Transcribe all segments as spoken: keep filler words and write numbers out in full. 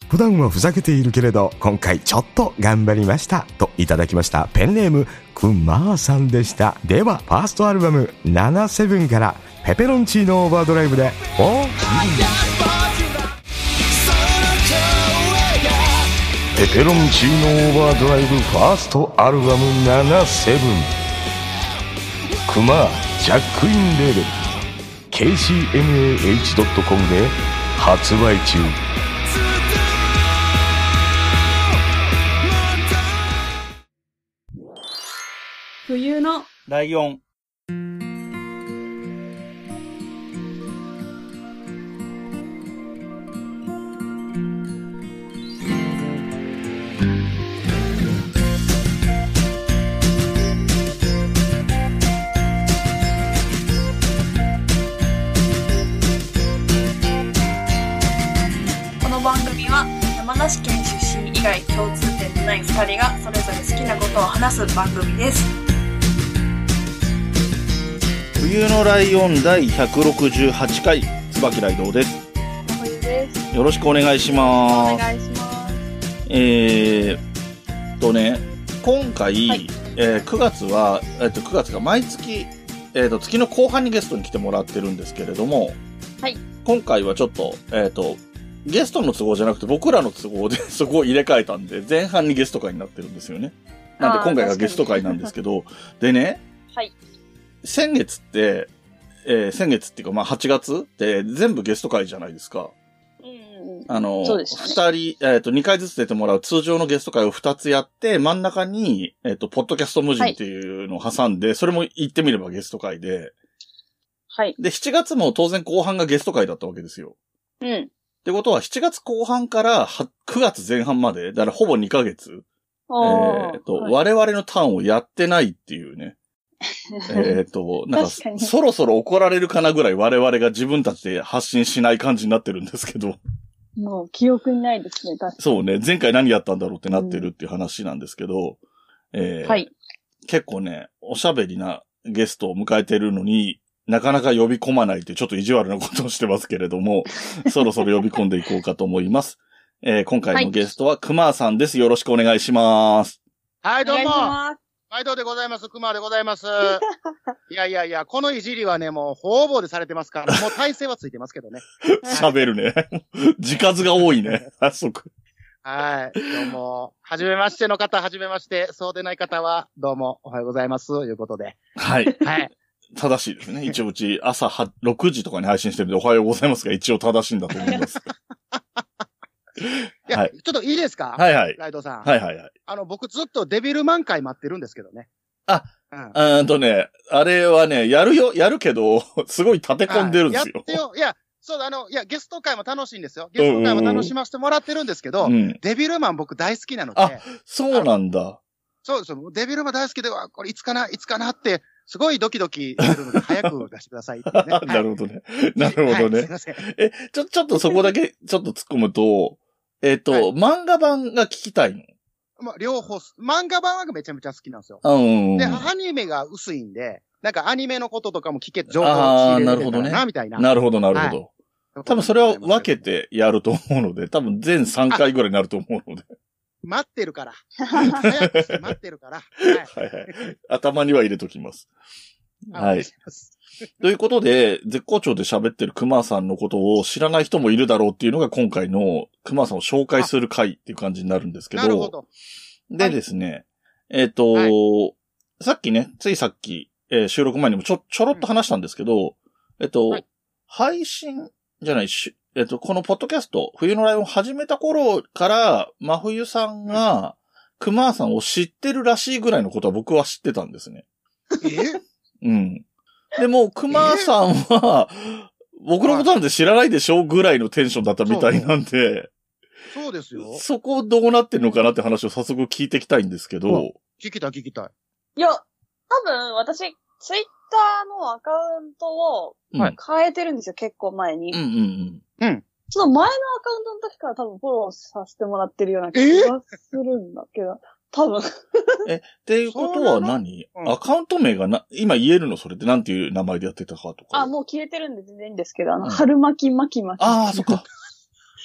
普段はふざけているけれど今回ちょっと頑張りましたといただきました。ペンネームくまーさんでした。ではファーストアルバムななじゅうななからペペロンチーノオーバードライブでおペペロンチーノオーバードライブファーストアルバムななじゅうななクマジャックインレーベル ケーシーエムエーエイチドットコム で発売中。 冬のライオン。 この番組は山梨県出身以外共通点のないふたりがそれぞれ好きなことを話す番組です。 冬のライオン第ひゃくろくじゅうはちかい、椿ライドウです。 冬です。 よろしくお願いします。 お願いします。 えーっとね、今回、 はいえー、くがつは、えー、っとくがつが毎月、えー、っと月の後半にゲストに来てもらってるんですけれども、 はい。 今回はちょっと、えー、っとゲストの都合じゃなくて僕らの都合でそこを入れ替えたんで、前半にゲスト会になってるんですよね。なんで今回がゲスト会なんですけど、でね、 はい。 先月って、えー、先月っていうかまあはちがつって全部ゲスト会じゃないですか。 うんうん。 あの、 そうでしたね。 二人、えっと、にかいずつ出てもらう通常のゲスト会を二つやって、真ん中に、えっと、ポッドキャスト無人っていうのを挟んで、はい、それも言ってみればゲスト会で、 はい。 で、しちがつも当然後半がゲスト会だったわけですよ。 うん。 ってことは、しちがつこう半からくがつぜん半まで、だからほぼにかげつ、えっと、はい、我々のターンをやってないっていうね。えっと、なんか、かそろそろ怒られるかなぐらい我々が自分たちで発信しない感じになってるんですけど。 もう記憶にないですね、確かに。 そうね、前回何やったんだろうってなってるっていう話なんですけど、うん、えー、はい。結構ね、おしゃべりなゲストを迎えてるのになかなか呼び込まないっていうちょっと意地悪なことをしてますけれども、そろそろ呼び込んでいこうかと思います。えー、今回のゲストはくまーさんです。よろしくお願いします。 はい、どうも。毎度でございます。くまでございます。いやいやいや、このいじりはね、もう方々でされてますから、もう体勢はついてますけどね。 喋るね。字数が多いね。早速。 はい。どうも。はじめましての方、はじめまして。そうでない方は、どうもおはようございます。ということで。 はい。はい。正しいですね。一応うち朝はろくじとかに配信してるんで、おはようございますが、一応正しいんだと思います。 いや、はい、ちょっといいですか？ はいはい。 ライドさん。 はいはいはい。 あの、僕ずっとデビルマン会待ってるんですけどね。 あ、うん、うんとね、あれはね、やるよ、やるけど、すごい立て込んでるんですよ。 やってよ。いや、そうだ、あの、いや、ゲスト会も楽しいんですよ。ゲスト会も楽しませてもらってるんですけど、うんうん、デビルマン僕大好きなので。 あ、そうなんだ。 そうですよ。デビルマン大好きで、これいつかな、いつかなって、すごいドキドキするので、早く出してくださいってね。はい、 なるほどね。なるほどね。はい、すいません。え、ちょ、ちょっとそこだけ、ちょっと突っ込むと、えっ、ー、と、はい、漫画版が聞きたいの？ まあ、両方、漫画版はめちゃめちゃ好きなんですよ。 うん。 で、アニメが薄いんで、なんかアニメのこととかも聞け、情報を仕入れれるかな、なみたいな。 なるほど、なるほど。はい、多分それは分けてやると思うので、多分全さんかいぐらいになると思うので。 待ってるから。早くして待ってるから。はい。 はいはい。頭には入れときます。はい。ということで、絶好調で喋ってる熊さんのことを知らない人もいるだろうっていうのが今回の熊さんを紹介する回っていう感じになるんですけど。 なるほど。 でですね、はい、えっ、ー、と、はい、さっきね、ついさっき、えー、収録前にもちょ、ちょろっと話したんですけど、うん、えっと、はい、配信じゃないし、えっと、このポッドキャスト、冬のライオンを始めた頃から、真冬さんが、熊さんを知ってるらしいぐらいのことは僕は知ってたんですね。 えうん。でも、熊さんは、僕のことなんて知らないでしょぐらいのテンションだったみたいなんで、 そうですよ。 そこどうなってるのかなって話を早速聞いていきたいんですけど。 聞きたい聞きたい。 いや、多分私、ツイッターのアカウントを変えてるんですよ、うん、結構前に。 うんうんうん。 うん。 その前のアカウントの時から多分フォローさせてもらってるような気がするんだけど、多分。 え、っていうことは何、うん、アカウント名がな、今言えるのそれってなんていう名前でやってたかとか。 あ、もう消えてるんで全然いいんですけど、あの、うん、春巻き巻き巻き。 ああ、そっか。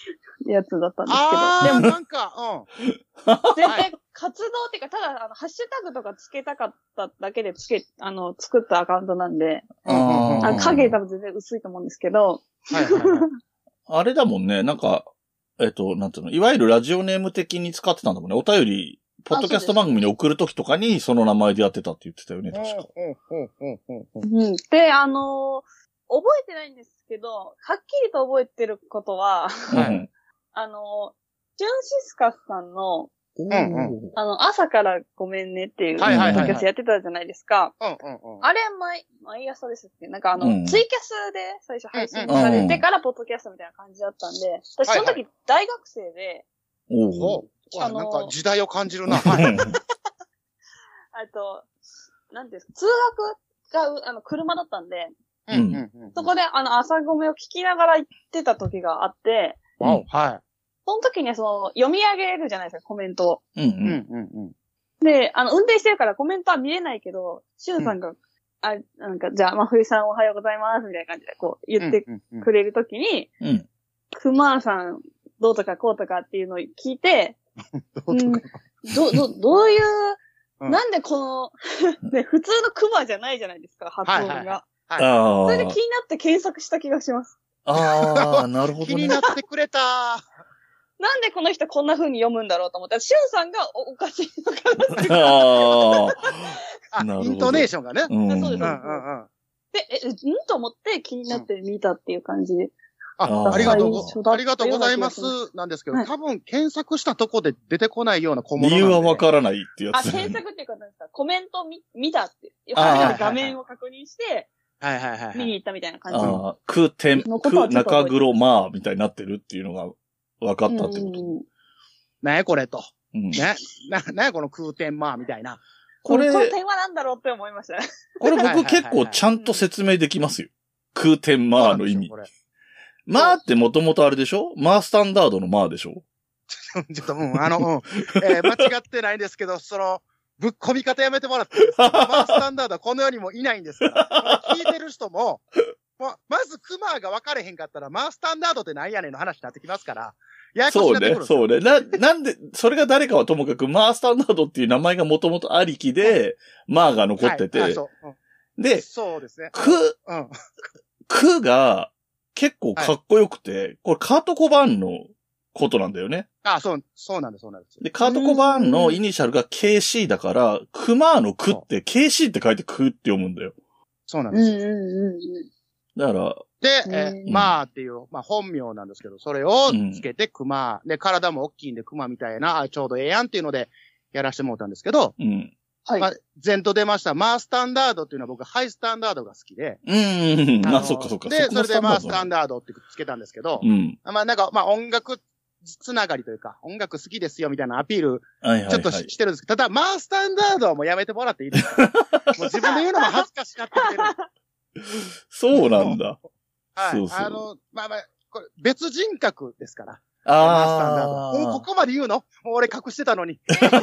やつだったんですけど。 あー、 でも、 なんか、うん。 全然活動っていうか、ただ、あの、ハッシュタグとかつけたかっただけでつけ、あの、作ったアカウントなんで、 ああの影多分全然薄いと思うんですけど。 はいはいはい。 あれだもんね、なんか、えっと、なんていうの、いわゆるラジオネーム的に使ってたんだもんね。お便り、ポッドキャスト番組に送るときとかにその名前でやってたって言ってたよね、確か。 うんうんうんうんうん。 うん。で、あのー、覚えてないんですけど、はっきりと覚えてることは、 はいうんあの、ジュンシスカスさんの、 うんうん。 あの、朝からごめんねっていう、ポはいはいはいはいッドキャストやってたじゃないですか。 うんうんうん。 あれ、毎、毎朝ですっけなんかあの、 うんツイキャスで最初配信されてから、ポッドキャストみたいな感じだったんで、私そのはい時大学生で、 おお。 そう。わあのーなんか時代を感じるな。はい。 あと、なんていうんですか、通学が、あの、車だったんで、 うんうんうん。 そこであの、朝ごめを聞きながら行ってた時があって、 わおはい。 その時にその、読み上げるじゃないですか、コメントを。 うんう。 うんんうんうん。 で、あの、運転してるからコメントは見れないけど、しゅんさんが、あ、なんか、じゃあ、まふりさんおはようございます、みたいな感じでこう、言ってうんうんうんくれる時に、 うん。 くまーさん、どうとかこうとかっていうのを聞いて、 どうとかど、ど、どういう、 うんなんでこの、ね、普通のクマじゃないじゃないですか、発音が。 はいはいはあそれで気になって検索した気がします。 あ。ああ、なるほどね。 気になってくれた。 なんでこの人こんな風に読むんだろうと思ったら、しゅんさんがおおかしいのかなって。 ああ、 なるほどイントネーションがね。 あ。うん。 そうですうんうんうん。 で、え、んと思って気になって見たっていう感じで。 あ、 あーありがとう最初だったような気がしますご、ありがとうございますなんですけど、 はい多分検索したとこで出てこないような小物なんで。 理由はわからないってやあ、 つ。 検索っていうか何ですかコメント見、見たって。 あー初めて画面を確認して、 はいはいはいはい。 見に行ったみたいな感じ。 ああ、空天、 のことは空、 ちょっと覚えてる中黒まあ、みたいになってるっていうのが分かったってこと。 うんうんうんなんやこれと。 うんね、な、なんやこの空天まあみたいな。 これこの点は何だろうって思いましたね。 これはいはいはいはい僕結構ちゃんと説明できますよ。空天まあの意味そう。なんですよまあってもともとあれでしょまあスタンダードのまあでしょこれちょっと、うん、あの、うん。えー間違ってないんですけど、その、ぶっ込み方やめてもらっていいですか。まあスタンダードはこの世にもいないんですから。聞いてる人も、ままずクマが分かれへんかったら、マースタンダードってなんやねんの話になってきますから。ややこしそうねになってくるん、ですよ。 そうね。な、なんで、それが誰かはともかく、マースタンダードっていう名前がもともとありきで、マーが残ってて、 はいあそううんで、 そうですね。 く、 うん。 くが結構かっこよくて、これカートコバーンのことなんだよね。 あ、そう、そうなんです、そうなんです。 で、カートコバーンのイニシャルが ケーシー だから、クマーのくって ケーシー って書いてくって読むんだよ。 そうなんです。 うんうんうんだから、 で、 うんえーまあっていう、まあ本名なんですけど、それをつけて熊、で、体も大きいんで熊みたいな、あちょうどええやんっていうので、やらしてもらったんですけど、 うん。 はい。 まあ、前と出ました、マースタンダードっていうのは僕、ハイスタンダードが好きで、 うんうんうん。あ、 のそっかそっか。 で、 こもそれでマースタンダダードってつけたんですけどー、うん。 まあなんか、まあ音楽つながりというか、音楽好きですよみたいなアピール、 はいはいはい。 ちょっとし,、てるんですけど、ただ、マースタンダードはもうやめてもらっていいですかもう自分で言うのも恥ずかしなってきてる。 そうなんだ。 はい。 そうそうあの、まあまあ、これ別人格ですから。マースタンダード。 あもうここまで言うのもう俺隠してたのに。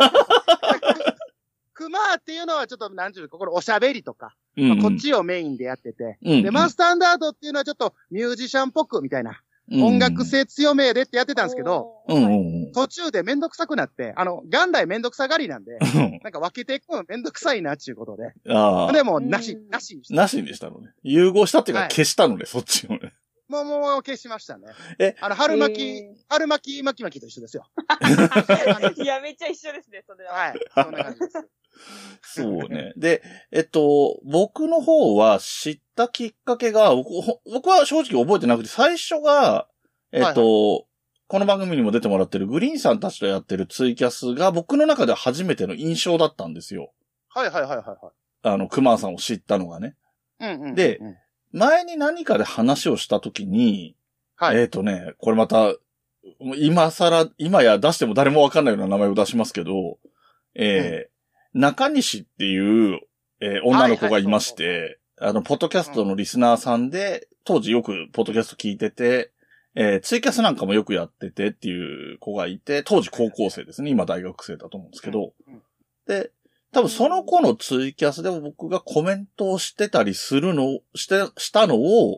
クマーっていうのはちょっと、なんちゅうの、これおしゃべりとか、 ー。うんうんまあこっちをメインでやってて、 うんうんで、マースタンダードっていうのはちょっとミュージシャンっぽくみたいな、音楽性強めでってやってたんですけど、 うんうんうん。 途中でめんどくさくなって、あの、元来めんどくさがりなんで、 うんなんか分けていくのめんどくさいなっていうことで。 ああ。 でもう、なしう、んなしにして。 なしにしたのね。融合したっていうかはい消したのね、そっちをね。 もう、もう、消しましたね。 えあの、春巻き、 え春巻き巻き巻きと一緒ですよ。 いや、めっちゃ一緒ですね、それは。 はい。そんな感じです。 そうね。で、えっと、僕の方は知ったきっかけが、僕ほ僕は正直覚えてなくて、最初が、えっと、 はいこの番組にも出てもらってるグリーンさんたちとやってるツイキャスが僕の中では初めての印象だったんですよ。 はいはいはいはいはあの、クマーさんを知ったのがね。 い。うんうんうんうん。 で前に何かで話をしたときに、 はい。 えっとね、これまた、もう今更、今や出しても誰もわかんないような名前を出しますけど、えー中西っていう、えー女の子がいまして、あの、ポッドキャストのリスナーさんで、当時よくポッドキャスト聞いてて、えーツイキャスなんかもよくやっててっていう子がいて、当時高校生ですね。今大学生だと思うんですけど。 うんうんで、多分その子のツイキャスでも僕がコメントをしてたりするの、して、したのを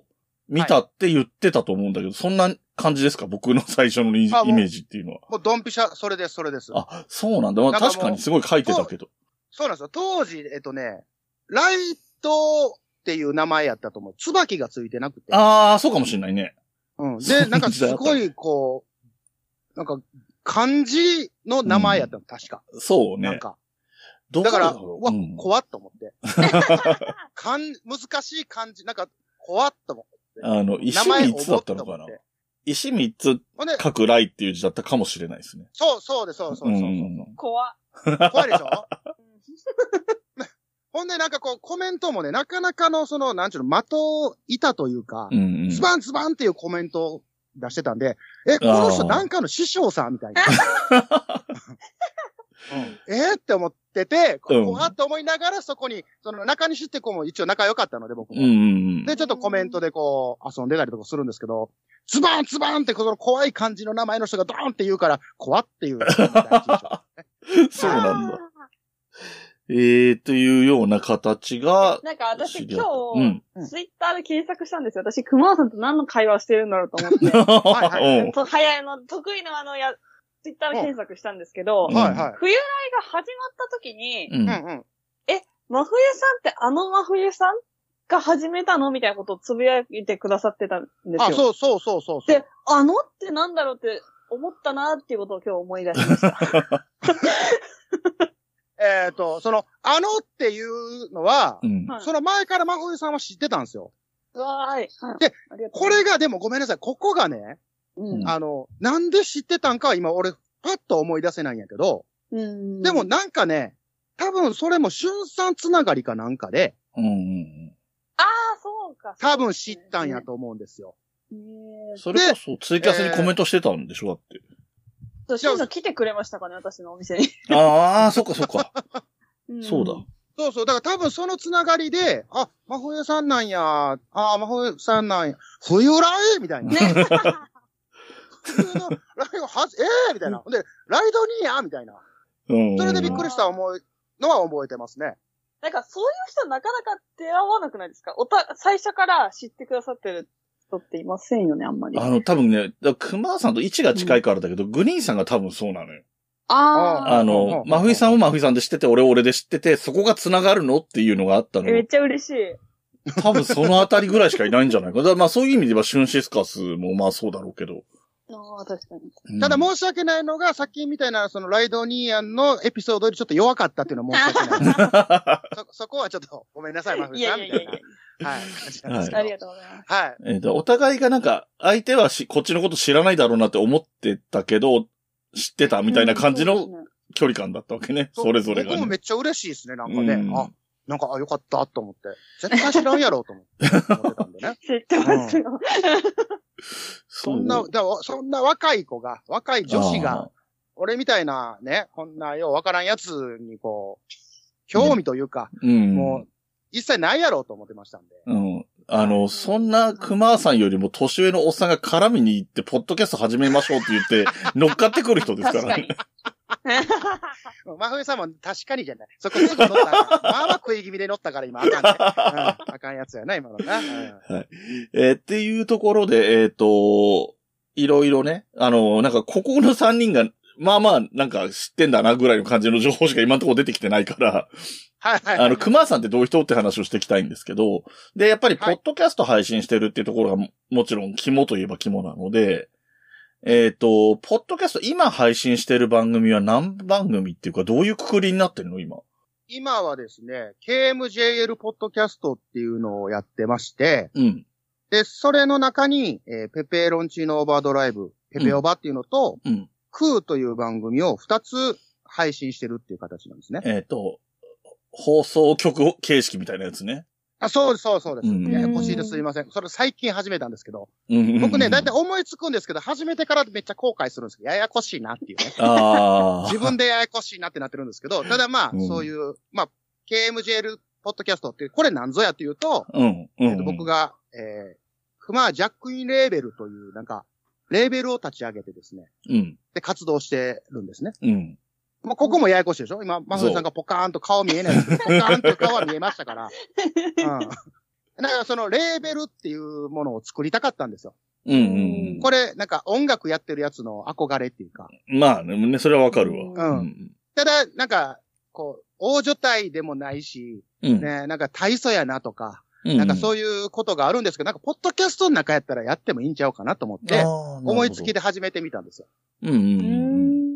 見たって言ってたと思うんだけど、そんな感じですか？僕の最初のイイメージっていうのは。 もうドンピシャ、それです、それです。 あ、そうなんだ。まあ、確かにすごい書いてたけど。 そうなんですよ。当時、えっとね、ライトっていう名前やったと思う。椿がついてなくて。 ああ、そうかもしれないね。 うん。で、なんかすごい、こう、なんか、漢字の名前やったの、うん、確か。 そうね。 なんか。だから、うわ、うん、怖っと思って。かん、難しい漢字、なんか、怖っと思って。 あの、石みっつだったのかな。石みっつ書く来っていう字だったかもしれないですね。 そう、そうです、そうそうそうそう。うん、 怖っ。 怖いでしょほんでなんかこうコメントもね、なかなかのその、なんちゅうの、的板というか、うんうん、ズバンズバンっていうコメントを出してたんで、え、この人なんかの師匠さんみたいな。うん、えー、って思ってて、こうわっと思いながらそこに、その中西って子も一応仲良かったので僕も、うんうん。で、ちょっとコメントでこう遊んでたりとかするんですけど、ズバンズバンってこの怖い感じの名前の人がドーンって言うから、怖っていう、ね。 そうなんだ。えー、というような形が。 なんか私今日、うん、ツイッターで検索したんですよ。私、熊尾さんと何の会話をしてるんだろうと思って。はいはい。と早いの、得意のあのや、ツイッターで検索したんですけど、はいはい。冬来が始まった時に、うんうん、え、真冬さんってあの真冬さんが始めたのみたいなことをつぶやいてくださってたんですよ。 あ、そうそうそうそう。 で、あのってなんだろうって思ったなっていうことを今日思い出しました。 えっと、その、あのっていうのは、うん、その前から真冬さんは知ってたんですよ。 わーい。 で、これがでもごめんなさい、ここがね、うん、あの、なんで知ってたんかは今俺、パッと思い出せないんやけど、うん、でもなんかね、多分それも春さんつながりかなんかで、うん、 ああ、そうか。 多分知ったんやと思うんですよ。 それこそツイキャスにコメントしてたんでしょだって。 シュンさん来てくれましたかね私のお店に。 ああ、そっかそっか。うん、そうだ。 そうそう。だから多分そのつながりで、あ、真冬さんなんや、ああ、真冬さんなんや、冬来みたいな。冬のライオはず、ええー、みたいな。で、ライドニーやみたいな。それでびっくりした思いのは覚えてますね。 なんかそういう人なかなか出会わなくないですか？おた、最初から知ってくださってる人っていませんよね、あんまり。 あの、多分ね、熊さんと位置が近いからだけど、うん、グリーンさんが多分そうなのよ。 ああ。あの、真冬さんも真冬さんで知ってて、俺俺で知ってて、そこが繋がるのっていうのがあったの。 めっちゃ嬉しい。 多分そのあたりぐらいしかいないんじゃないか。だからまあそういう意味ではシュンシスカスもまあそうだろうけど。 ああ、確かに。 ただ申し訳ないのが、さっきみたいな、そのライドニーアンのエピソードよりちょっと弱かったっていうのは申し訳ない。そ、そこはちょっとごめんなさい、真冬さん。いやいやいやいや。はい。 はい、ありがとうございます。 はい。 えっと、お互いがなんか、相手はし、こっちのこと知らないだろうなって思ってたけど、知ってたみたいな感じの距離感だったわけね。うん、それぞれが、ね。 僕もめっちゃ嬉しいですね、なんかね。うん、あ、なんか、あ、よかったと思って。絶対知らんやろうと思って思ってたんでね。 知ってますよ。うんそんな、だそんな若い子が、若い女子が、俺みたいなね、こんなようわからんやつにこう、興味というか、うん、もう、一切ないやろうと思ってましたんで。 うん。あの、そんな熊さんよりも年上のおっさんが絡みに行って、ポッドキャスト始めましょうって言って、乗っかってくる人ですからね。 真冬さんも確かにじゃない。そこすぐ乗ったから。まあまあ食い気味で乗ったから今あかんね。うん、あかんやつやな、今のな。うん、 はい。えー、っていうところで、えっと、いろいろね、あの、なんかここのさんにんが、まあまあ、なんか知ってんだなぐらいの感じの情報しか今のところ出てきてないから、 はいはい、はい。 あの、熊さんってどういう人って話をしていきたいんですけど、で、やっぱりポッドキャスト配信してるっていうところが も, もちろん肝といえば肝なので、えっと、ポッドキャスト今配信してる番組は何番組っていうかどういうくくりになってるの今？ 今はですね、ケーエムジェイエル ポッドキャストっていうのをやってまして、うん。で、それの中に、えー、ペペロンチーノオーバードライブ、ペペオバっていうのと、うん。クーという番組をふたつ配信してるっていう形なんですね。 えっと、放送局形式みたいなやつね。 あ、そうです、そうです、そうです。うん、ややこしいです、すいません。それ最近始めたんですけど。うん、僕ね、だいたい思いつくんですけど、始めてからめっちゃ後悔するんですけど、ややこしいなっていうね。あ自分でややこしいなってなってるんですけど、ただまあ、うん、そういう、まあ、ケーエムジェイエル ポッドキャストっていう、これなんぞやっていうと、うんうんえー、と僕が、えー、熊ジャックインレーベルという、なんか、レーベルを立ち上げてですね。うん。で、活動してるんですね。うん。まあ、ここもややこしいでしょ今、マフさんがポカーンと顔見えないですけど、ポカーンと顔は見えましたから。うん。 なんかそのレーベルっていうものを作りたかったんですよ。 うんうんうん。 これ、なんか音楽やってるやつの憧れっていうか。 まあね、それはわかるわ。 うん。うん、ただ、なんか、こう、大所帯でもないし、うん、ね、なんか大層やなとか、うんうん、なんかそういうことがあるんですけど、なんかポッドキャストの中やったらやってもいいんちゃうかなと思って、思いつきで始めてみたんですよ。うんうんうん、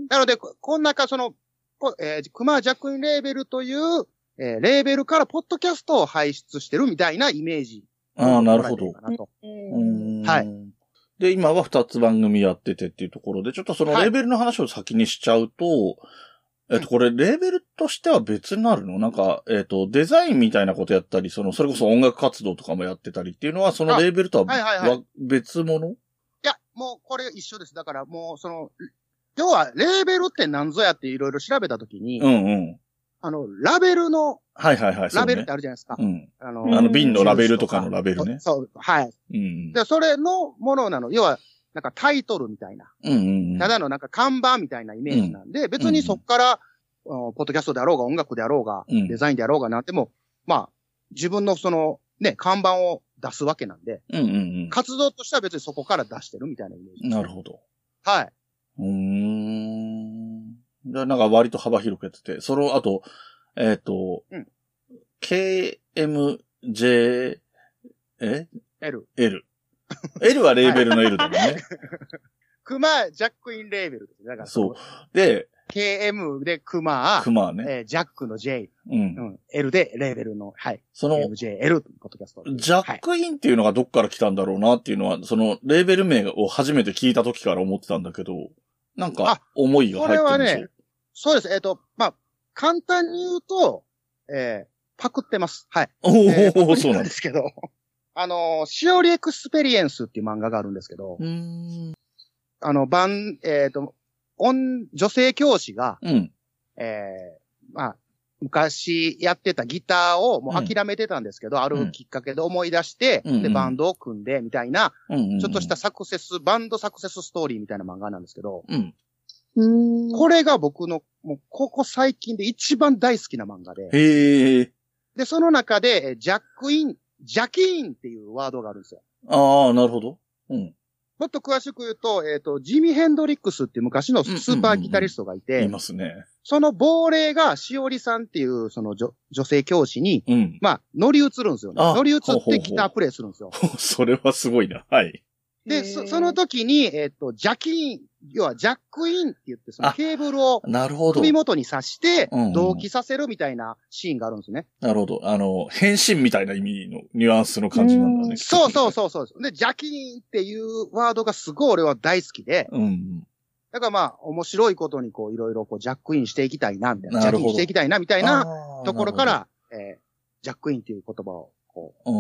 なので、こんなかその、えー、クマジャックインレーベルという、えー、レーベルからポッドキャストを輩出してるみたいなイメージ。 ああ、なるほど。はい。で、今は二つ番組やっててっていうところで、ちょっとそのレーベルの話を先にしちゃうと、はい、えっと、これ、レーベルとしては別になるの？なんか、えっと、デザインみたいなことやったり、その、それこそ音楽活動とかもやってたりっていうのは、そのレーベルとは、はいはいはい、別物？いや、もうこれ一緒です。だからもう、その、要は、レーベルって何ぞやっていろいろ調べたときに、うんうん。あの、ラベルの、 はいはいはい。 ラベルってあるじゃないですか。 うん。あの、あの瓶のラベルとかのラベルね。 そう、はい。うん。で、それのものなの。要は、なんかタイトルみたいな。うんうんうん。ただのなんか看板みたいなイメージなんで、うん、別にそっから、うんうん、ポッドキャストであろうが音楽であろうが、うん、デザインであろうがなんても、まあ、自分のその、ね、看板を出すわけなんで、うんうんうん。活動としては別にそこから出してるみたいなイメージ、 ね。なるほど。 はい。 うーん。なんか割と幅広くやってて、その後、えっ、ー、と、うん、ケーエムジェー、え ?L。 L。L はレーベルの L だもんね。 クマジャックインレーベルです。だからそう。で、 ケーエム でクマ、 クマね、 えー。ジャックの J。うん。うん。L でレーベルの、はい。 その、 ケーエムジェーエル ポッドキャスト。 ジャックインっていうのがどっから来たんだろうなっていうのは、その、レーベル名を初めて聞いた時から思ってたんだけど、なんか、思いが入ってるんですよ。 これはね、そうです。えっ、ー、と、まあ、簡単に言うと、えー、パクってます。はい。 おー、えー、そうなんですけど。あの、しおりエクスペリエンスっていう漫画があるんですけど、うーんあの、番、えっ、ー、と、女、女性教師が、うん、えー、まあ、昔やってたギターをもう諦めてたんですけど、うん、あるきっかけで思い出して、うん、で、バンドを組んで、みたいな、うんうんうん、ちょっとしたサクセス、バンドサクセスストーリーみたいな漫画なんですけど、うんこれが僕の、もう、ここ最近で一番大好きな漫画で。へー。で、その中で、ジャックイン、ジャキーンっていうワードがあるんですよ。 ああ、なるほど。うん。 もっと詳しく言うと、えっ、ー、と、ジミ・ヘンドリックスっていう昔のスーパーギタリストがいて、うんうんうんうん、 いますね。 その亡霊がしおりさんっていう、その女、女性教師に、うん、まあ、乗り移るんですよね。乗り移ってギタープレイするんですよ。 ほうほうほうそれはすごいな。はい。 で、そ, その時に、えっ、ー、と、ジャキーン、要はジャックインって言って、そのケーブルを首元に挿して、同期させるみたいなシーンがあるんですね。 なるほど。あの、変身みたいな意味のニュアンスの感じなんだね。 そうそうそうそう。で、ジャキーンっていうワードがすごい俺は大好きで、うん、だからまあ、面白いことにこう、いろいろこう、ジャックインしていきたいな、みたいな。ジャッキーンしていきたいな、みたいなところから、えー、ジャックインっていう言葉をこう、うん、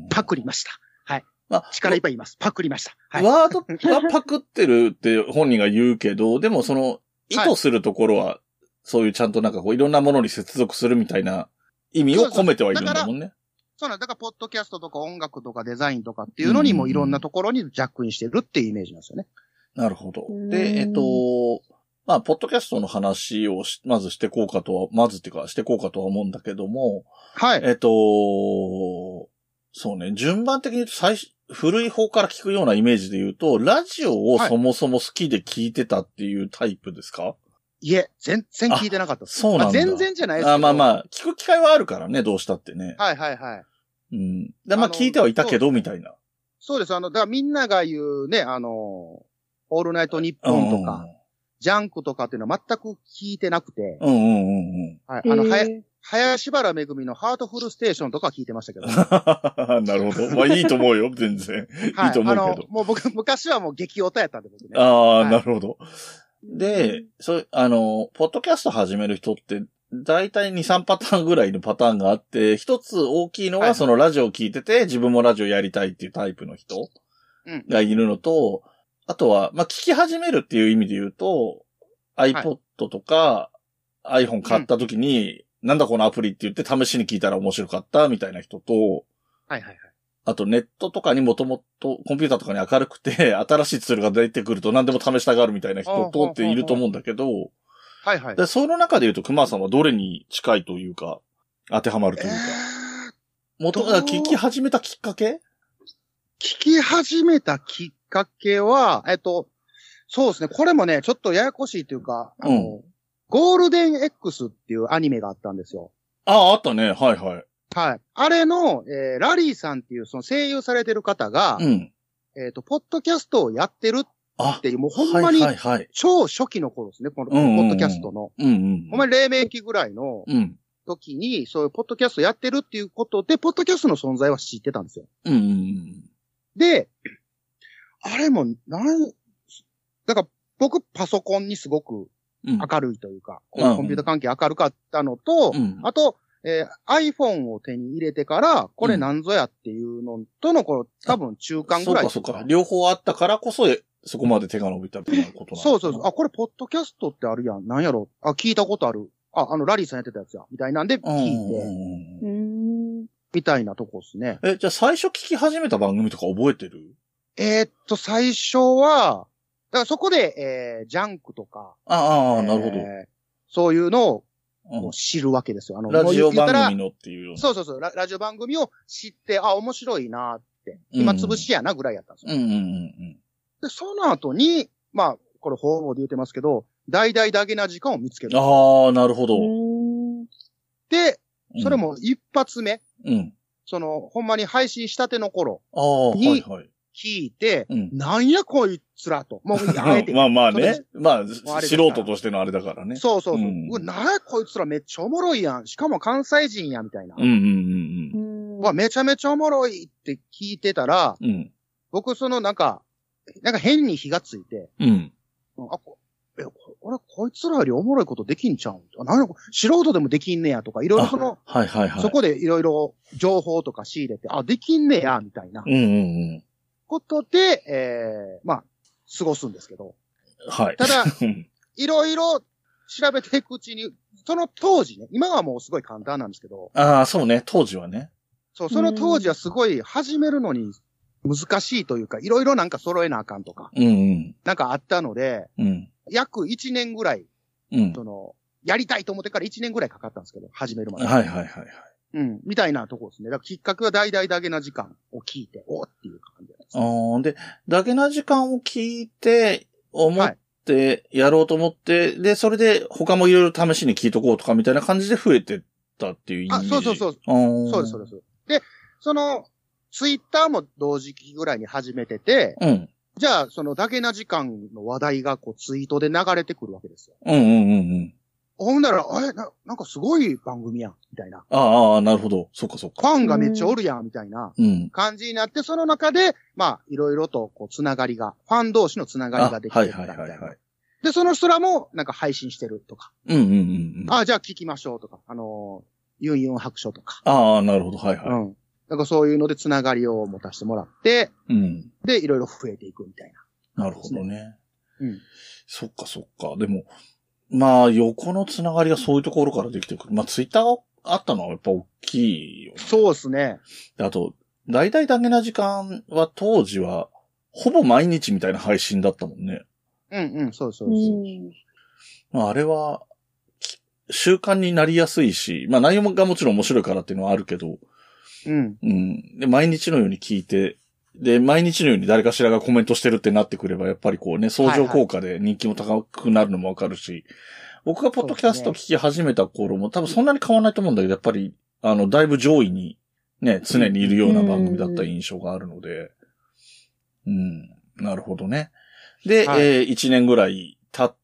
パクりました。はい。まあ、力いっぱい言います。パクりました。 はい、ワードがパクってるって本人が言うけど、でもその、意図するところは、そういうちゃんとなんかこう、いろんなものに接続するみたいな意味を込めてはいるんだもんね。 そうなんだ。だから、ポッドキャストとか音楽とかデザインとかっていうのにもいろんなところにジャックインしてるっていうイメージなんですよね。 なるほど。で、えっと、まあ、ポッドキャストの話をし、まずしてこうかとは、まずっていうか、してこうかとは思うんだけども、はい。えっと、そうね、順番的に言うと最初、古い方から聞くようなイメージで言うと、ラジオをそもそも好きで聞いてたっていうタイプですか？はい、 いえ、全然聞いてなかったです。 そうなんだ。まあ、 全然じゃないですけど。 あまあまあ、聞く機会はあるからね、どうしたってね。 はいはいはい。 うん。で、まあ聞いてはいたけど、みたいな。 そうです。あの、だからみんなが言うね、あの、オールナイトニッポンとか、ジャンクとかっていうのは全く聞いてなくて。うんうんうんうん。はい。あの、はや、林原めぐみのハートフルステーションとか聞いてましたけど、ね。 なるほど。まあいいと思うよ、全然。はい、いいと思うけど。あの、 もう僕、昔はもう激オタやったんで僕ね。 ああ、はい、なるほど。で、そう、あの、ポッドキャスト始める人って、だいたいに、さんパターンぐらいのパターンがあって、一つ大きいのはそのラジオを聞いてて、自分もラジオやりたいっていうタイプの人がいるのと、うん、あとは、まあ、聞き始めるっていう意味で言うと、iPod とか iPhone 買った時に、うん、なんだこのアプリって言って試しに聞いたら面白かったみたいな人と、 はいはいはい。 あとネットとかにもともとコンピューターとかに明るくて、新しいツールが出てくると何でも試したがるみたいな人とっていると思うんだけど、 はいはい。 で、その中で言うと熊さんはどれに近いというか、当てはまるというか。えー、 元々聞き始めたきっかけ聞き始めたきっかけは、えっと、そうですね。これもね、ちょっとややこしいというか、あの、うん、ゴールデン X っていうアニメがあったんですよ。 ああ、あったね。はいはい。 はい。あれの、えー、ラリーさんっていうその声優されてる方が、うん、えっと、ポッドキャストをやってるっていう、もうほんまに、超初期の頃ですね、このポッドキャストの。うんうん、ほんまに黎明期ぐらいの時に、そういうポッドキャストやってるっていうことで、ポッドキャストの存在は知ってたんですよ。うんうん、で、あれも、なん、だから僕パソコンにすごく明るいというか、うん、コンピュータ関係明るかったのと、うん、あと、えー、iPhone を手に入れてから、これなんぞやっていうのとの、この多分中間ぐらい。 そうかそうか。両方あったからこそ、そこまで手が伸びたみたいなことなんですか。 そうそうそう。あ、これポッドキャストってあるやん。なんやろ。あ、聞いたことある。あ、あの、ラリーさんやってたやつや。みたいなんで聞いて。うん。みたいなとこですね。 え、じゃあ最初聞き始めた番組とか覚えてる？ えー、っと、最初は、だからそこで、えー、ジャンクとか。 ああ、なるほど。 そういうのを、もう知るわけですよ。あの、 ラジオ番組のっていうような。 そうそうそうラ。ラジオ番組を知って、あ、面白いなって。今潰しやなぐらいやったんですよ。うんうんうんうん。で、その後に、まあ、これ方々で言ってますけど、大々だけな時間を見つける。 ああ、なるほど。 で、それも一発目。うん。その、ほんまに配信したての頃に聞いて、うん、なんやこいつらと。もう、あえて。 まあまあね。まあ、素人としてのあれだからね。 そうそうそう。うん、なんやこいつらめっちゃおもろいやん。しかも関西人や、みたいな。うんうんうんうん。わ、めちゃめちゃおもろいって聞いてたら、うん、僕そのなんか、なんか変に火がついて、うん。あ、こえ、俺こいつらよりおもろいことできんちゃうんあ、なん素人でもできんねやとか、いろいろその、はいはいはい。そこでいろいろ情報とか仕入れて、あ、できんねや、みたいな。うんうんうん。ことで、えー、まあ、過ごすんですけど。はい。ただ、いろいろ調べていくうちに、その当時ね、今はもうすごい簡単なんですけど。 ああ、そうね、当時はね。 そう、その当時はすごい始めるのに難しいというか、いろいろなんか揃えなあかんとか。うんうん。なんかあったので、うん。約いちねんぐらい、うん。その、やりたいと思ってからいちねんぐらいかかったんですけど、始めるまで。はいはいはいはい。うん。みたいなとこですね。だからきっかけは大々だけな時間を聞いて、おっていう感じです、ね。 ああ、で、だけな時間を聞いて、思って、やろうと思って、はい、で、それで他もいろいろ試しに聞いとこうとかみたいな感じで増えてったっていうイメージ。 あ、そうそうそう。そうです、そうです。で、その、ツイッターも同時期ぐらいに始めてて、うん。じゃあ、そのだけな時間の話題がこうツイートで流れてくるわけですよ。うんうんうんうん。ほんなら、あれな、なんかすごい番組やん、みたいな。 ああ、なるほど。そっかそっか。 ファンがめっちゃおるやん、みたいな感じになって、その中で、まあ、いろいろと、こう、つながりが、ファン同士のつながりができてるみたいな。はいはいはいはい。で、その人らも、なんか配信してるとか。うんうんうん、うん。ああ、じゃあ聞きましょうとか。あのー、ユンユン白書とか。 ああ、なるほど。はいはい。うん。 なんかそういうのでつながりを持たせてもらって、うん。で、いろいろ増えていくみたいな。なるほどね。うん。そっかそっか。でも、まあ、横のつながりがそういうところからできてくる。まあ、ツイッターがあったのはやっぱ大きいよね。 そうですね。 あと、大々だけな時間は当時は、ほぼ毎日みたいな配信だったもんね。 うんうん、そうそうそう。 まあ、あれは、習慣になりやすいし、まあ内容がもちろん面白いからっていうのはあるけど、うん。うん。で、毎日のように聞いて、で、毎日のように誰かしらがコメントしてるってなってくれば、やっぱりこうね、相乗効果で人気も高くなるのもわかるし、はいはい、僕がポッドキャスト聞き始めた頃も、多分そんなに変わらないと思うんだけど、やっぱり、あの、だいぶ上位に、ね、常にいるような番組だった印象があるので、うん、なるほどね。で、はい、えー、いちねんぐらい経って、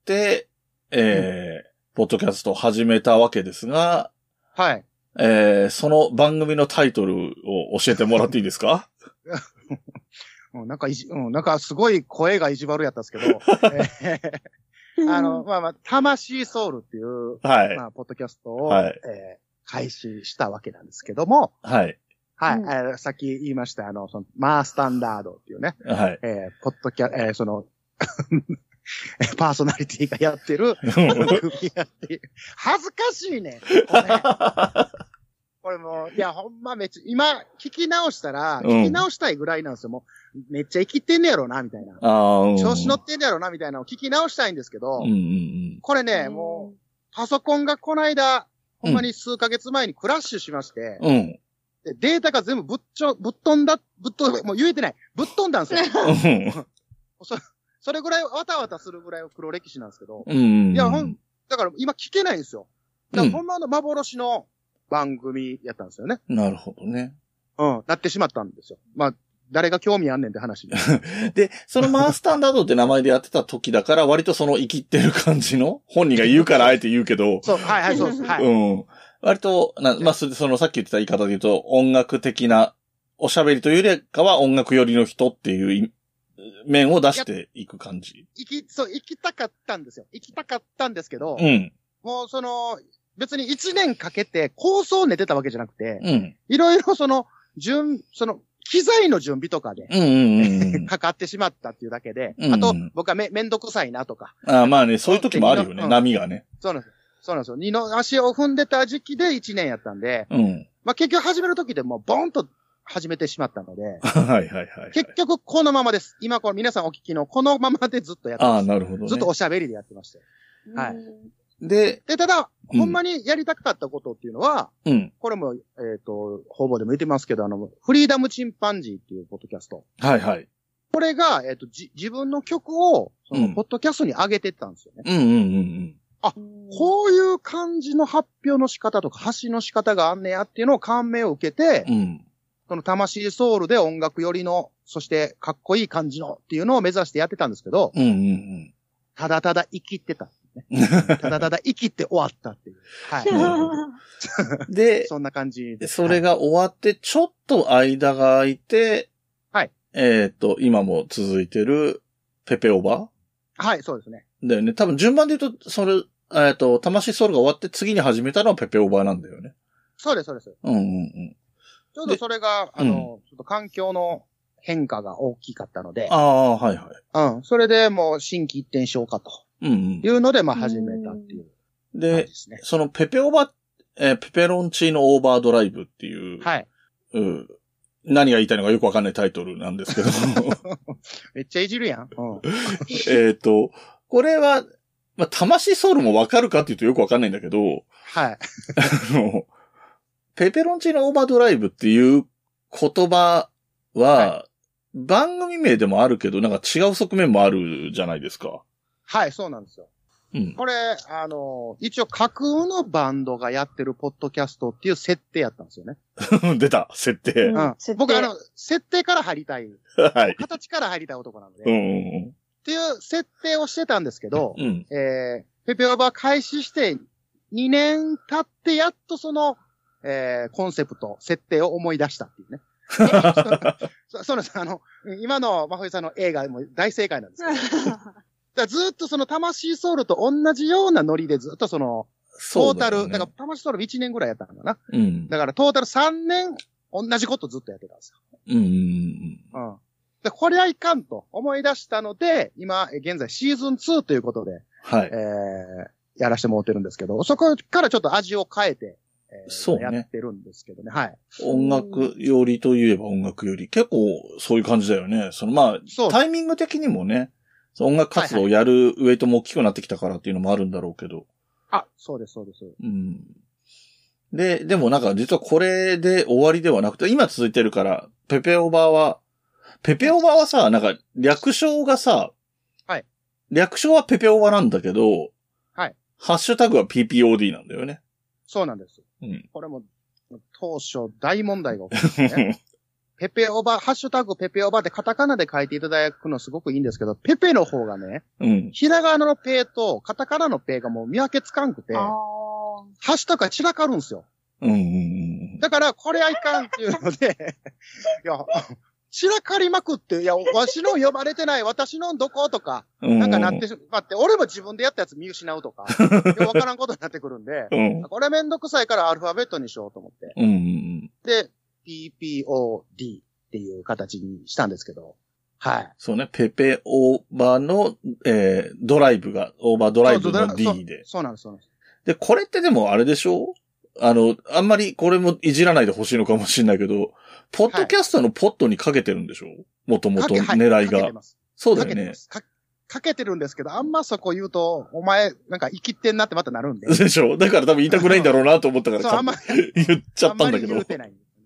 えー、うん、ポッドキャストを始めたわけですが、 はい。 えー、その番組のタイトルを教えてもらっていいですか？ うん、なんかいじ、うん、なんかすごい声が意地悪やったんですけど、えー、あの、まあまあ、魂ソウルっていう、はい。まあ、ポッドキャストを、はい。えー、開始したわけなんですけども、はい。はい。うん、えー、さっき言いました、あの、その、マースタンダードっていうね、はい。えー、ポッドキャ、えー、その、パーソナリティがやってる、やって恥ずかしいね。これこれもう、いや、ほんまめっちゃ、今、聞き直したら、聞き直したいぐらいなんですよ。もう、めっちゃ生きてんねやろな、みたいな。調子乗ってんねやろな、みたいなのを聞き直したいんですけど、うんうんうん、これね、もう、パソコンがこの間、ほんまに数ヶ月前にクラッシュしまして、うん、 で、データが全部ぶっちょ、ぶっ飛んだ、ぶっ飛んだ、もう言えてない。ぶっ飛んだんですよ。そ, それぐらいわたわたするぐらい黒歴史なんですけど。 うん、 いや、ほん、だから今聞けないんですよ。だからほんまの幻の番組やったんですよね。 うん、なるほどね。 うん、なってしまったんですよ。まあ、誰が興味あんねんって話。 で、そのマースタンダードって名前でやってた時だから、割とその生きってる感じの、本人が言うからあえて言うけど。 そう、はいはい、そうです。はい。 うん。割と、な、まあ、そのさっき言ってた言い方で言うと、音楽的な、おしゃべりというよりかは音楽寄りの人っていう面を出していく感じ。 行き、そう、行きたかったんですよ。行きたかったんですけど、 うん。 もうその、別に一年かけて構想を練ってたわけじゃなくて、 うん。 いろいろその、順、その、機材の準備とかで、 うんうんうん、 かかってしまったっていうだけで、 うんうん、 あと、僕はめ、めんどくさいなとか。 ああ、まあね、そういう時もあるよね、うん、波がね。 そうなんです。そうなんですよ。二の足を踏んでた時期で一年やったんで、 うん。 まあ結局始める時でもうボンと始めてしまったので、 はいはいはい、はい。 結局このままです。今この皆さんお聞きのこのままでずっとやってます。 ああ、なるほど、ね。 ずっとおしゃべりでやってました。はい。 で、 で、ただ、うん、ほんまにやりたかったことっていうのは、 うん。 これも、えっ、ー、と、方々でも言ってますけど、あの、フリーダムチンパンジーっていうポッドキャスト。 はいはい。 これが、えっ、ー、と、じ、自分の曲を、その、ポッドキャストに上げてったんですよね。 うんうんうんうん。 あ、こういう感じの発表の仕方とか発信の仕方があんねやっていうのを感銘を受けて、 うん。 その魂ソウルで音楽寄りの、そしてかっこいい感じのっていうのを目指してやってたんですけど、 うんうんうん。 ただただ生きてた。ね、ただただ生きて終わったっていう。はい。で、そんな感じで。 それが終わって、ちょっと間が空いて、 はい。 えっと、今も続いてる、ペペオバはい、そうですね。 だよね。多分順番で言うと、それ、えっと、魂ソウルが終わって次に始めたのはペペオバなんだよね。 そうです、そうです。 うんうんうん。 ちょうどそれが、あの、うん、ちょっと環境の変化が大きかったので。 ああ、はいはい。 うん。それでもう新規一転しようかと。うんうん。いうので、まあ始めたっていう、 ね。で、そのペペオバ、えー、ペペロンチーノオーバードライブっていう。 はい。 うん。何が言いたいのかよくわかんないタイトルなんですけど。 めっちゃいじるやん。うん、 えっと、これは、まあ、魂ソウルもわかるかっていうとよくわかんないんだけど。 はい。 あの、ペペロンチーノオーバードライブっていう言葉は、はい、番組名でもあるけど、なんか違う側面もあるじゃないですか。 はい、そうなんですよ。うん、これ、あの、一応架空のバンドがやってるポッドキャストっていう設定やったんですよね。 出た、設定。 うん。僕、あの、設定から入りたい。はい。形から入りたい男なので。 うんうんうん。 っていう設定をしてたんですけど、 うん、 えー、ペペオバ開始してにねん経ってやっとその、えー、コンセプト、設定を思い出したっていうね。そ, そうなんです。あの、今の真冬さんの映画も大正解なんですけど。だずっとその魂ソウルと同じようなノリでずっとその、トータル、だ,、ね、だから魂ソウルいちねんぐらいやったのかな。 うん。 だからトータルさんねん同じことずっとやってたんですよ。 うんうんうん。 うん。で、これはいかんと思い出したので、今、現在シーズンツーということで、 はい。 えー、やらせてもらってるんですけど、そこからちょっと味を変えて、えー、 そうね。 やってるんですけどね。はい。 音楽寄りといえば音楽寄り。結構そういう感じだよね。そのまあ、タイミング的にもね、音楽活動をやるウェイトも大きくなってきたからっていうのもあるんだろうけど。 あ、そうです、そうです。 うん。で、でもなんか実はこれで終わりではなくて、今続いてるから、ペペオバは、ペペオバはさ、なんか略称がさ、 はい。 略称はペペオバなんだけど、 はい。 ハッシュタグは ピーピーオーディー なんだよね。 そうなんです。 うん。 これも、当初大問題が起きてね。ペペオバ、ハッシュタグペペオバってカタカナで書いていただくのすごくいいんですけど、ペペの方がね、 うん。 ひらがなのペとカタカナのペがもう見分けつかんくて、ハッシュタグが散らかるんですよ。 うんうんうん。 だから、これはいかんっていうので、いや、散らかりまくって、いや、わしの呼ばれてない、私のどことか、なんかなってしまって、俺も自分でやったやつ見失うとか、わからんことになってくるんで、 うん、 これめんどくさいからアルファベットにしようと思って。 うんうん、 で、ピーピーオーディー っていう形にしたんですけど、はい。 そうね、ペペオーバーの、えー、ドライブが、オーバードライブの D で。 そうなんです、そうなんです。 で、これってでもあれでしょ？あの、あんまりこれもいじらないでほしいのかもしれないけど、ポッドキャストのポットにかけてるんでしょ？もともと狙いが。 かけてます。 そうだよね。 か, かけてるんですけど、あんまそこ言うと、お前、なんか生きてんなってまたなるんで。 でしょ？だから多分言いたくないんだろうなと思ったから、 そう、あんま言っちゃったんだけど。 あんまり言うてない。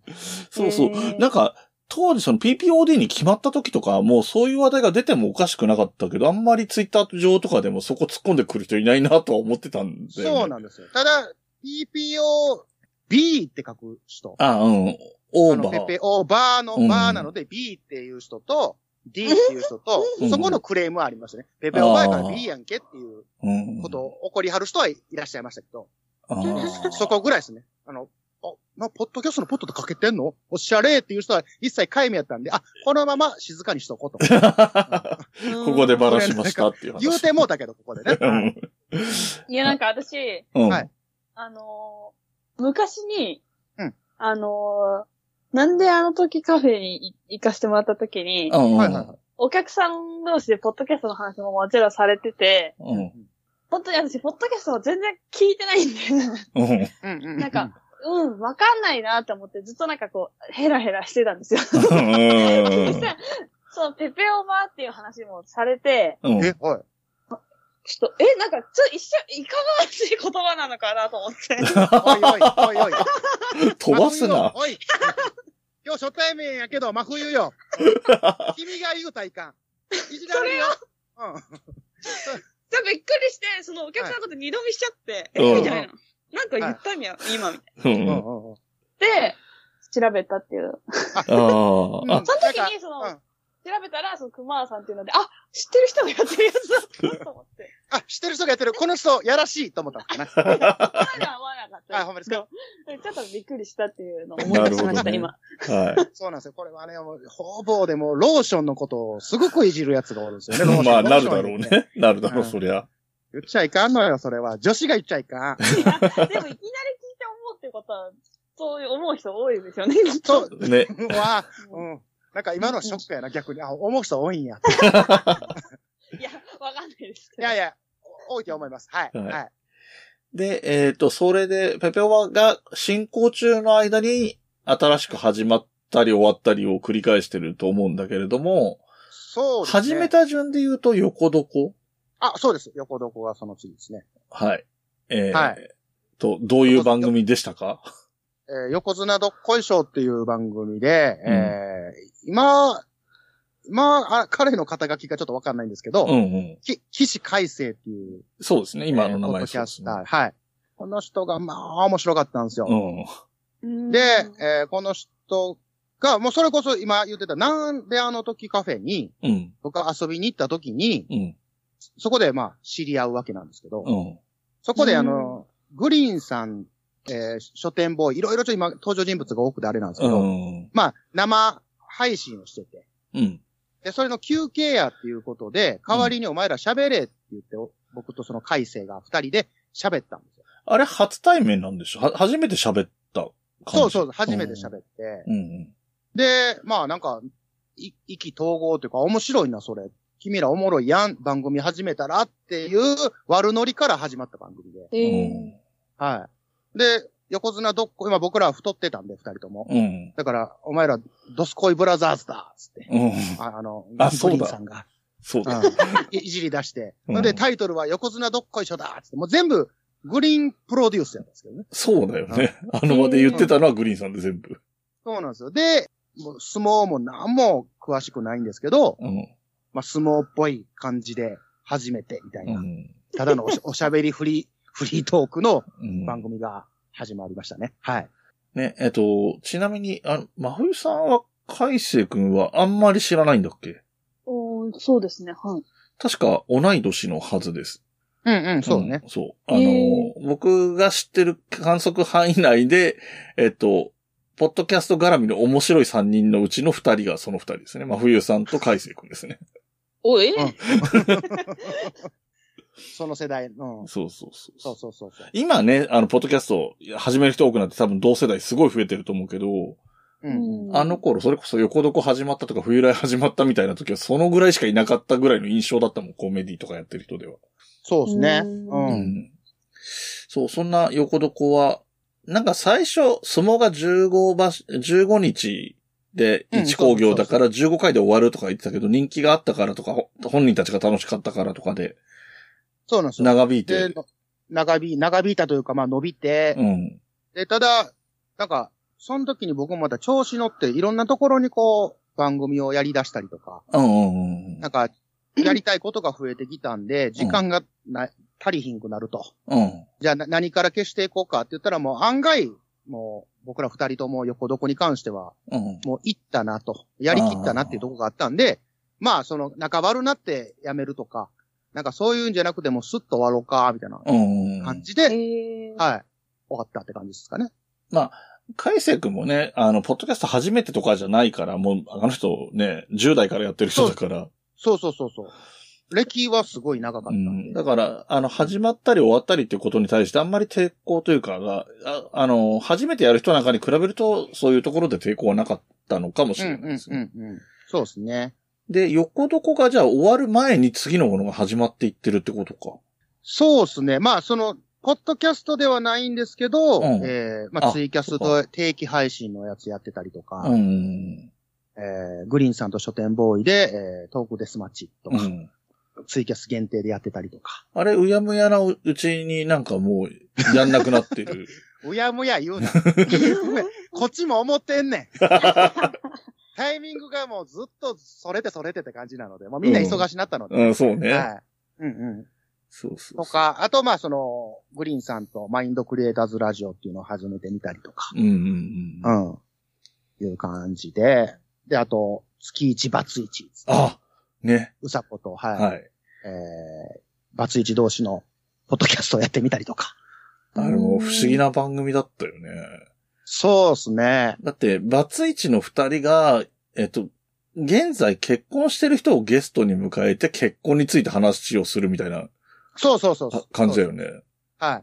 そうそう。なんか、当時その ピーピーオーディー に決まった時とか、もうそういう話題が出てもおかしくなかったけど、あんまりツイッター上とかでもそこ突っ込んでくる人いないなとは思ってたんで、ね。 そうなんですよ。ただ、ピーピーオービー って書く人。 あ、うん。オーバー。 ペペオーバーのバーなので B っていう人と D っていう人と、うん、そこのクレームはありましたね。ペペオーバーから B やんけっていうことを怒りはる人はいらっしゃいましたけど。そこぐらいですね。あの、あ、な、ポッドキャストのポットとかけてんのおしゃれっていう人は一切皆無やったんで、あ、このまま静かにしとこうと。 ここでバラしましたっていう話。 言うてもうたけど、ここでね。 いや、なんか私、 うん、 はい。あのー、昔に、 うん、 あのー、なんであの時カフェに行かせてもらった時に、 うん、はいはいはい、 お客さん同士でポッドキャストの話ももちろんされてて、 うん、 本当に私、ポッドキャストを全然聞いてないんで、うん、なんか、うん、わかんないなって思って、ずっとなんかこう、ヘラヘラしてたんですよ。そしたら、そのペペオーバーっていう話もされて、 うん、え、はい。 ちょっと、え、なんか、ちょっと一瞬、いかがわしい言葉なのかなと思って。 おいおい、おいおい。 飛ばすな。 おい。今日初対面やけど、真冬よ。君が言うたいかん。いじられるよ。うん。 じゃびっくりして、そのお客さんのこと二度見しちゃって、 はい、 え、みたいな。なんか言ったんや、はい、今みたいな。 うん、 で、調べたっていう。 ああ。 その時に、その、うん、調べたら、その、熊さんっていうので、あ、知ってる人がやってるやつだったと思って。 あ、知ってる人がやってる。この人、やらしいと思ったのかな。 そこまでは思わなかった。 あ、ほんまですか。 ちょっとびっくりしたっていうのを思い出しました、ね、今。 はい。 そうなんですよ。これはね、もう方々でもローションのことをすごくいじるやつがおるんですよね。ローションまあ、なるだろうね。なるだろう、そりゃ。 言っちゃいかんのよ、それは。女子が言っちゃいかん。 いや、でもいきなり聞いて思うってことは、そういう思う人多いですよね。 そう。 ね。 わうん。なんか今のショックやな、逆に。あ、思う人多いんや。 いや、わかんないです。 いやいや、多いと思います。はい。はい。はい、 で、えっ、ー、と、それで、ペペオバが進行中の間に、新しく始まったり終わったりを繰り返してると思うんだけれども、 そうですね。 始めた順で言うと、横どこ？ あ、そうです。横どこがその次ですね。 はい。えー、 はい。 と、どういう番組でしたか？ えー、横綱どっこいしょっていう番組で、うん、えー、今、今あ、彼の肩書きがちょっとわかんないんですけど、 うんうん、 き、岸海生っていう。 そうですね、今の名前ですね。ポッドキャスター。はい。この人が、まあ、面白かったんですよ。 うん、 で、えー、この人が、もうそれこそ今言ってた、なんであの時カフェに、 うん、 僕が遊びに行った時に、 うん、 そこでまあ、知り合うわけなんですけど、 うん、 そこであの、グリーンさん、えー、書店ボーイ、いろいろちょっと今登場人物が多くてあれなんですけど、 うん、 まあ、生配信をしてて、 うん、 で、それの休憩やっていうことで、代わりにお前ら喋れって言って、うん、僕とその海星が二人で喋ったんですよ。 あれ初対面なんでしょ？は、初めて喋った感じ？ そうそう、初めて喋って、 うんうん、 で、まあなんか、い意気投合というか、面白いな、それ。君らおもろいやん、番組始めたらっていう悪ノリから始まった番組で。 えー、はい。で、横綱どっこ、今僕らは太ってたんで、二人とも。 うん、 だから、お前ら、ドスコイブラザーズだつって。 うん、 あ, あの、 あ、そうだ。 さんが。 そうだ。 うん、い, いじり出して。うん、で、タイトルは横綱どっこいしょだつって。もう全部、グリーンプロデュースやったんですけどね。 そうだよね。あの場で言ってたのはグリーンさんで全部。 そうなんですよ。で、もう相撲も何も詳しくないんですけど、 うん、 まあ相撲っぽい感じで初めてみたいな。 うん、 ただのおし, おしゃべりフリー、フリートークの番組が始まりましたね。はい。 ね、えっと、ちなみに、あの、真冬さんは、海星くんはあんまり知らないんだっけ？ おー、そうですね、はい。 確か同い年のはずです。 うんうん、そうね。 うん、そう。あの、僕が知ってる観測範囲内で、えっと、ポッドキャスト絡みの面白いさんにんのうちのふたりがそのふたりですね。真冬さんと海星くんですね。 おえ、うん、 その世代の。 そうそうそう。 そうそうそう。 今ね、あの、ポッドキャスト始める人多くなって多分同世代すごい増えてると思うけど、 うん、 あの頃、それこそ横床始まったとか冬来始まったみたいな時はそのぐらいしかいなかったぐらいの印象だったもん、コメディとかやってる人では。 そうですね。 うん、 うんうん。そう、そんな横床は、なんか最初、相撲がじゅうごばし、じゅうごにちでいち興行だからじゅうごかいで終わるとか言ってたけど、人気があったからとか、本人たちが楽しかったからとかで、 そうなんですよ。 長引いて。 長引、長引いたというか、まあ伸びて、 うん。 で、ただ、なんか、 その時に僕もまた調子乗って、いろんなところにこう、番組をやり出したりとか、 うんうんうん、 なんか、やりたいことが増えてきたんで、時間がな、足りひんくなると。 うん、 じゃあ何から消していこうかって言ったらもう案外、もう僕ら二人とも横どこに関しては、うん、もう行ったなと、やりきったなっていうところがあったんで、まあその仲悪なってやめるとか、なんかそういうんじゃなくてもスッと終わろうか、みたいな感じで、うん、はい、終わったって感じですかね。 まあ、海星くんもね、あの、ポッドキャスト初めてとかじゃないから、もう、あの人ね、じゅう代からやってる人だから。 そうそうそうそう。歴はすごい長かったんで。 うん、だから、あの、始まったり終わったりっていうことに対してあんまり抵抗というかが、あ, あの、初めてやる人なんかに比べると、そういうところで抵抗はなかったのかもしれないですね。 うんうんうんうん、そうですね。 で、横どこがじゃあ終わる前に次のものが始まっていってるってことか。 そうですね。まあ、その、ポッドキャストではないんですけど、うん、えー、まあ、ツイキャスと定期配信のやつやってたりとか、うん、えー、グリーンさんと書店ボーイで、えー、トークデスマッチとか、うん、ツイキャス限定でやってたりとか。 あれ、うやむやなうちになんかもう、やんなくなってる。 うやむや言うな。こっちも思ってんねん。タイミングがもうずっとそれてそれてって感じなので、もうみんな忙しになったので。 うん、うん、そうね。 はい。うんうん。 そうそうそう。 とか、あとまあその、グリーンさんとマインドクリエイターズラジオっていうのを始めてみたりとか。 うんうんうん。 うん。いう感じで、で、あと、月一バツ一、ね。 あ、ね。 うさこと、はい。 はい。 えー、バツ一同士のポッドキャストをやってみたりとか。 あれも不思議な番組だったよね。 そうですね。 だって、バツイチの二人が、えっと、現在結婚してる人をゲストに迎えて結婚について話をするみたいな。 そうそうそうそう。 感じだよね。 はい。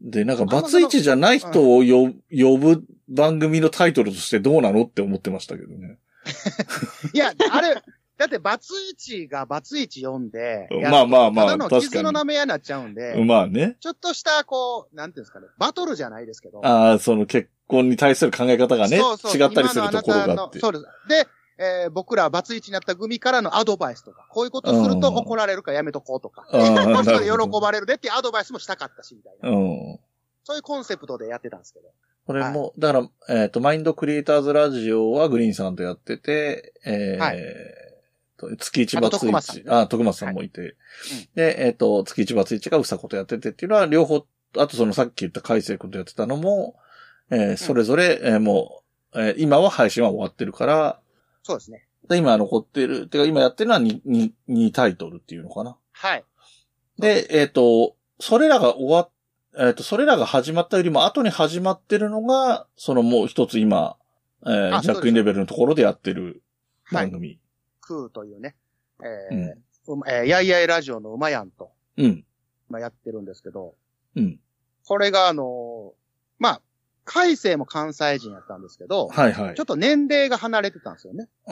で、なんかバツイチじゃない人を呼ぶ番組のタイトルとしてどうなのって思ってましたけどね。 いや、あれ、だってバツイチがバツイチ読んで、 まあまあまあ、 ただの傷のなめやになっちゃうんで。 まあね。ちょっとした、こう、なんていうんですかね、バトルじゃないですけど。 ああ、その結婚に対する考え方がね、そうそう違ったりするところがあって。 そうです。で、えー、僕らバツイチになった組からのアドバイスとか、こういうことすると怒られるからやめとこうとか、こういう人で喜ばれるでっていうアドバイスもしたかったし、みたいな。うん、そういうコンセプトでやってたんですけど。 これも、はい、だから、えっと、マインドクリエイターズラジオはグリーンさんとやってて、えー、はい、月一バツイチ、あ、徳松さんもいて、はい、で、えっと、月一バツイチがうさことやっててっていうのは、両方、あとそのさっき言った海星君とやってたのも、えー、それぞれ、えー、もう、えー、今は配信は終わってるから、 そうですね。 で、今残ってる、てか今やってるのはに、に、にタイトルっていうのかな。 はい。 で、えっと、それらが終わっ、えっと、それらが始まったよりも後に始まってるのが、そのもう一つ今、えー、ジャックインレベルのところでやってる番組。はい、 クーというね、えー、うん、えー、やいやいラジオのうまやんと。 うん。 まあ、やってるんですけど。 うん。 これがあのー、まあ、海星も関西人やったんですけど、 はいはい。 ちょっと年齢が離れてたんですよね。 うん。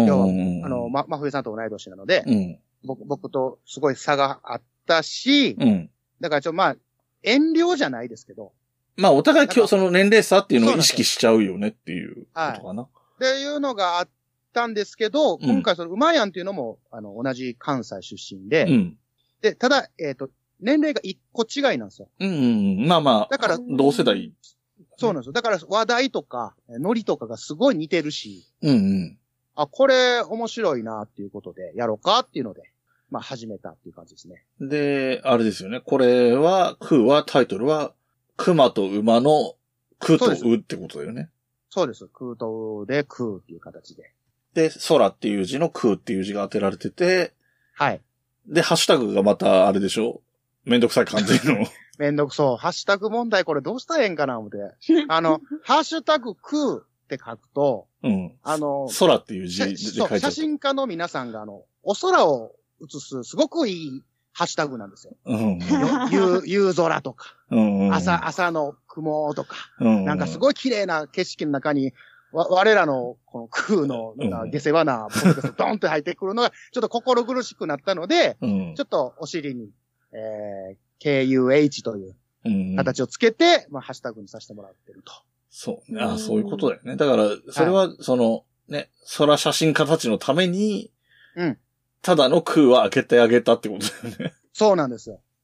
要は、あの、ま、真冬さんと同い年なので、 うん。 僕、僕とすごい差があったし、 うん。 だからちょっとまあ、遠慮じゃないですけど。 まあ、お互い今日その年齢差っていうのを意識しちゃうよねっていうことかな。 はい。っていうのがあったんですけど、うん、今回そのうまやんっていうのも、あの、同じ関西出身で、 うん。 で、ただ、えっと、年齢が一個違いなんですよ。 うんうん。まあまあ、だから、同世代。 そうなんですよ。だから話題とか、ノリとかがすごい似てるし。 うんうん。 あ、これ面白いなっていうことで、やろうかっていうので、まあ始めたっていう感じですね。 で、あれですよね。これは、クーは、タイトルは、熊と馬のクとウってことだよね。 そうです。クーとウでクーっていう形で。 で、空っていう字のクーっていう字が当てられてて、 はい。 で、ハッシュタグがまた、あれでしょ？めんどくさい感じの。 めんどくそう。ハッシュタグ問題これどうしたらええんかな思って。あの、ハッシュタグクーって書くと、 うん。 あの、 空っていう字で書いてある。 写真家の皆さんがあの、お空を写すすごくいいハッシュタグなんですよ。 うん。 夕、夕空とか、 うんうん、 朝、朝の雲とか、 うんうん、 なんかすごい綺麗な景色の中に、わ、我らの、このクーの、下世話な、ポッドキャストドンって入ってくるのが、ちょっと心苦しくなったので、 うん、 ちょっとお尻に、えー、ケーユーエイチ という形をつけて、うん、まあ、ハッシュタグにさせてもらってると。 そうね。ああ、そういうことだよね。だから、それは、その、はい、ね、空写真家たちのために、 うん。 ただのクーは開けてあげたってことだよね。 そうなんですよ。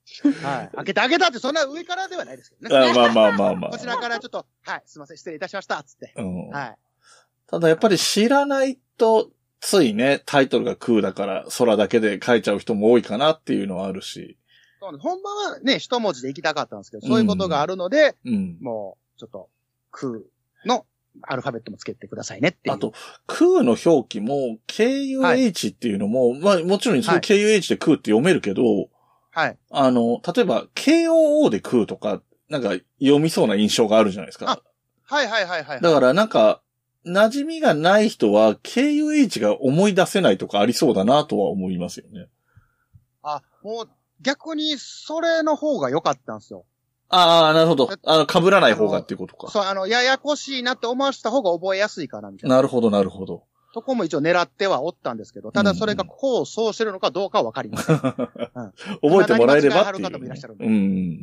はい。開けてあげたってそんな上からではないですけどね。 あまあまあまあまあ。 こちらからちょっと、はい、すいません、失礼いたしました、つって。うん。はい。 ただやっぱり知らないと、ついね、タイトルが空だから空だけで書いちゃう人も多いかなっていうのはあるし。 そうね、本番はね、一文字で行きたかったんですけど、そういうことがあるので、うん、もう、ちょっと、空のアルファベットもつけてくださいねっていう。 あと、空の表記も、ケーユーエイチ っていうのも、はい、まあもちろんそれ ケーユーエイチ で空って読めるけど、 はい。 あの、例えば、ケーオーオー で空とか、なんか読みそうな印象があるじゃないですか。 はいはいはいはい。 だからなんか、馴染みがない人は ケーユーエイチ が思い出せないとかありそうだなとは思いますよね。 あ、もう逆にそれの方が良かったんですよ。 ああ、なるほど。あの、被らない方がっていうことか。 そう、あの、ややこしいなって思わせた方が覚えやすいかなみたいな。 なるほどなるほど。 そこも一応狙ってはおったんですけど、ただそれがこうそうしてるのかどうかはわかりません。うん、覚えてもらえればっていう、ね。 方もいらっしゃるんで。 うん。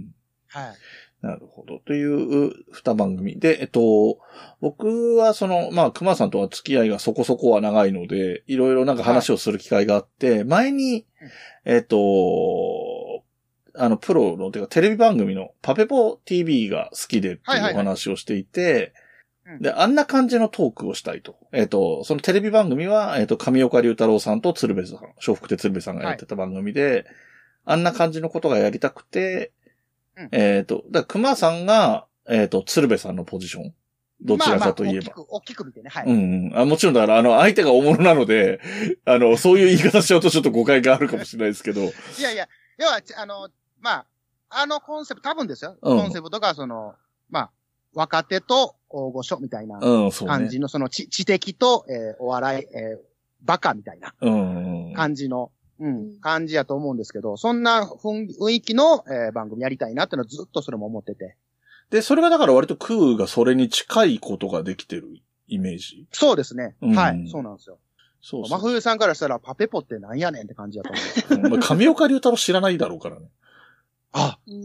はい。 なるほど。という二番組で、えっと、僕はその、まあ、熊さんとは付き合いがそこそこは長いので、いろいろなんか話をする機会があって、はい、前に、えっと、あの、プロの、てかテレビ番組のパペポ ティービー が好きでっていうお話をしていて、はいはいはいで、あんな感じのトークをしたいと。えっと、そのテレビ番組は、えっと、上岡龍太郎さんと鶴瓶さん、笑福亭鶴瓶さんがやってた番組で、はい、あんな感じのことがやりたくて、うん、えっと、だから熊さんが、えっと、鶴瓶さんのポジション。どちらかといえば。まあまあ大きく、 大きく見てね。はい。 うん、うん。あ、もちろんだから、あの、相手が大物なので、あの、そういう言い方しちゃうとちょっと誤解があるかもしれないですけど。いやいや、要は、あの、まあ、あのコンセプト、多分ですよ。うん、コンセプトが、その、まあ、若手と大御所みたいな感じの、うん、そ, ね、その知、知的と、えー、お笑い、えー、バカみたいな感じの、うん、うん、感じやと思うんですけど、そんな雰囲気の、えー、番組やりたいなってのはずっとそれも思ってて。 で、それがだから割と空がそれに近いことができてるイメージ。 そうですね。うん、はい。そうなんですよ。そうそう。真冬さんからしたらパペポってなんやねんって感じやと思うんですけど。 うん、上岡龍太郎知らないだろうからね。 あ、うん、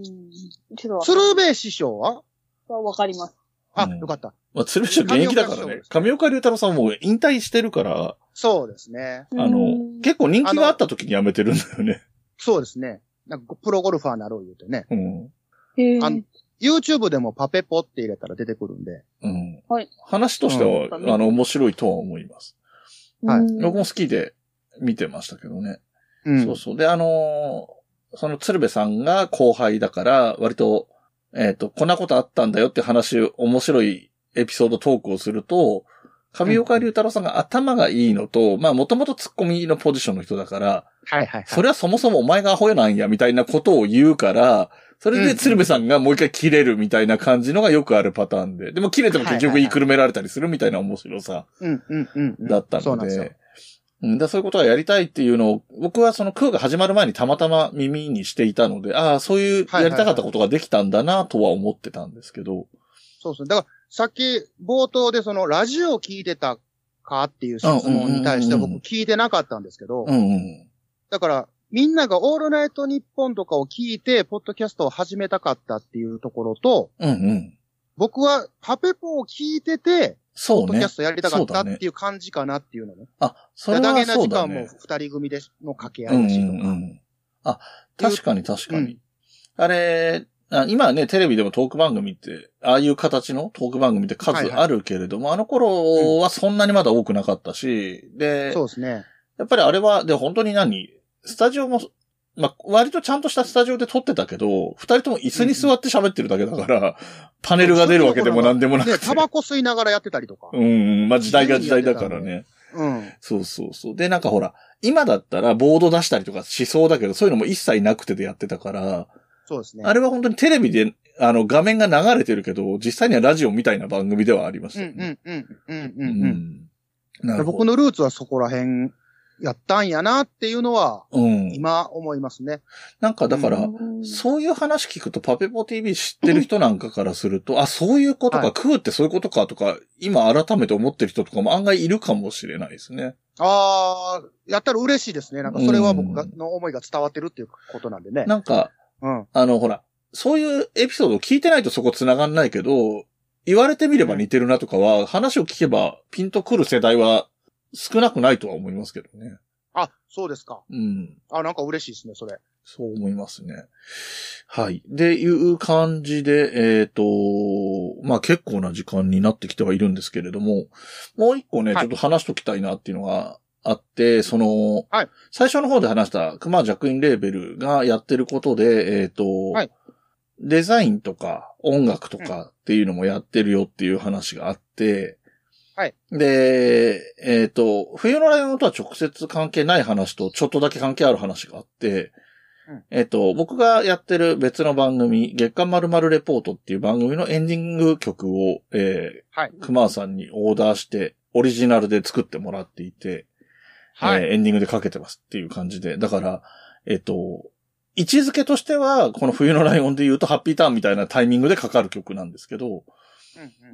鶴瓶師匠はわかります。 あ、うん、よかった。 まあ、鶴瓶師匠現役だからね。上岡龍太郎さんも引退してるから。 そうですね。 あの、結構人気があった時に辞めてるんだよね。 そうですね。なんかプロゴルファーなろう言うてね。 うん。 へあの YouTube でもパペポって入れたら出てくるんで。 うん。 はい。 話としては、うん、あの、面白いとは思います。はい。僕も好きで見てましたけどね。うん。そうそう。で、あのー、その鶴瓶さんが後輩だから、割と、えっと、こんなことあったんだよって話、面白いエピソードトークをすると、上岡龍太郎さんが頭がいいのと、うん、まあもともとツッコミのポジションの人だから、 はいはいはい。 それはそもそもお前がアホやなんやみたいなことを言うから、それで鶴瓶さんがもう一回切れるみたいな感じのがよくあるパターンで、でも切れても結局言いくるめられたりするみたいな面白さだったので、そうなんですよ。うん、だそういうことがやりたいっていうのを、僕はその空が始まる前にたまたま耳にしていたので、ああ、そういうやりたかったことができたんだなとは思ってたんですけど。 そうですね。だから、さっき冒頭でそのラジオを聞いてたかっていう質問に対して僕聞いてなかったんですけど、 うんうん、 だから、みんながオールナイトニッポンとかを聞いて、ポッドキャストを始めたかったっていうところと、 うんうん、 僕はパペポを聞いてて、 そうね。 ポッドキャストやりたかったっていう感じかなっていうのね。 あ、それはそうだね。 だけな時間も二人組での掛け合いだしとか。うんうん、 あ、確かに確かに。うん、あれ、あ今ね、テレビでもトーク番組って、ああいう形のトーク番組って数あるけれども、はいはい、あの頃はそんなにまだ多くなかったし、うん、で、 そうですね。 やっぱりあれは、で、本当に何スタジオも、まあ、割とちゃんとしたスタジオで撮ってたけど、二人とも椅子に座って喋ってるだけだから、うん、パネルが出るわけでもなんでもなくて。 ね、タバコ吸いながらやってたりとか。 うん、まあ、時代が時代だからね。 うん。 そうそうそう。で、なんかほら、今だったらボード出したりとかしそうだけど、そういうのも一切なくてでやってたから、 そうですね。 あれは本当にテレビで、あの、画面が流れてるけど、実際にはラジオみたいな番組ではありましたよね。 うんうんうんうんうんうん。なるほど。僕のルーツはそこら辺やったんやなっていうのは、うん、今思いますね。 なんかだから、うん、そういう話聞くとパペポ ティービー 知ってる人なんかからすると、あ、そういうことか、はい、食うってそういうことかとか、今改めて思ってる人とかも案外いるかもしれないですね。 ああ、やったら嬉しいですね。なんかそれは僕が、うん、の思いが伝わってるっていうことなんでね。 なんか、うん、あの、ほら、そういうエピソードを聞いてないとそこ繋がんないけど、言われてみれば似てるなとかは、うん、話を聞けばピンとくる世代は少なくないとは思いますけどね。 あ、そうですか。 うん。 あ、なんか嬉しいですね、それ。 そう思いますね。はい。で、いう感じで、えっと、まあ結構な時間になってきてはいるんですけれども、もう一個ね、はい、ちょっと話しときたいなっていうのがあって、その、はい、最初の方で話した熊ジャクインレーベルがやってることで、えっと、はい、デザインとか音楽とかっていうのもやってるよっていう話があって、はい。で、えっと、冬のライオンとは直接関係ない話とちょっとだけ関係ある話があって、えっと、僕がやってる別の番組、月刊〇〇レポートっていう番組のエンディング曲を、えー、はい。熊さんにオーダーして、オリジナルで作ってもらっていて、はい。えー、エンディングでかけてますっていう感じで、だから、えっと、位置づけとしては、この冬のライオンで言うとハッピーターンみたいなタイミングでかかる曲なんですけど、うん、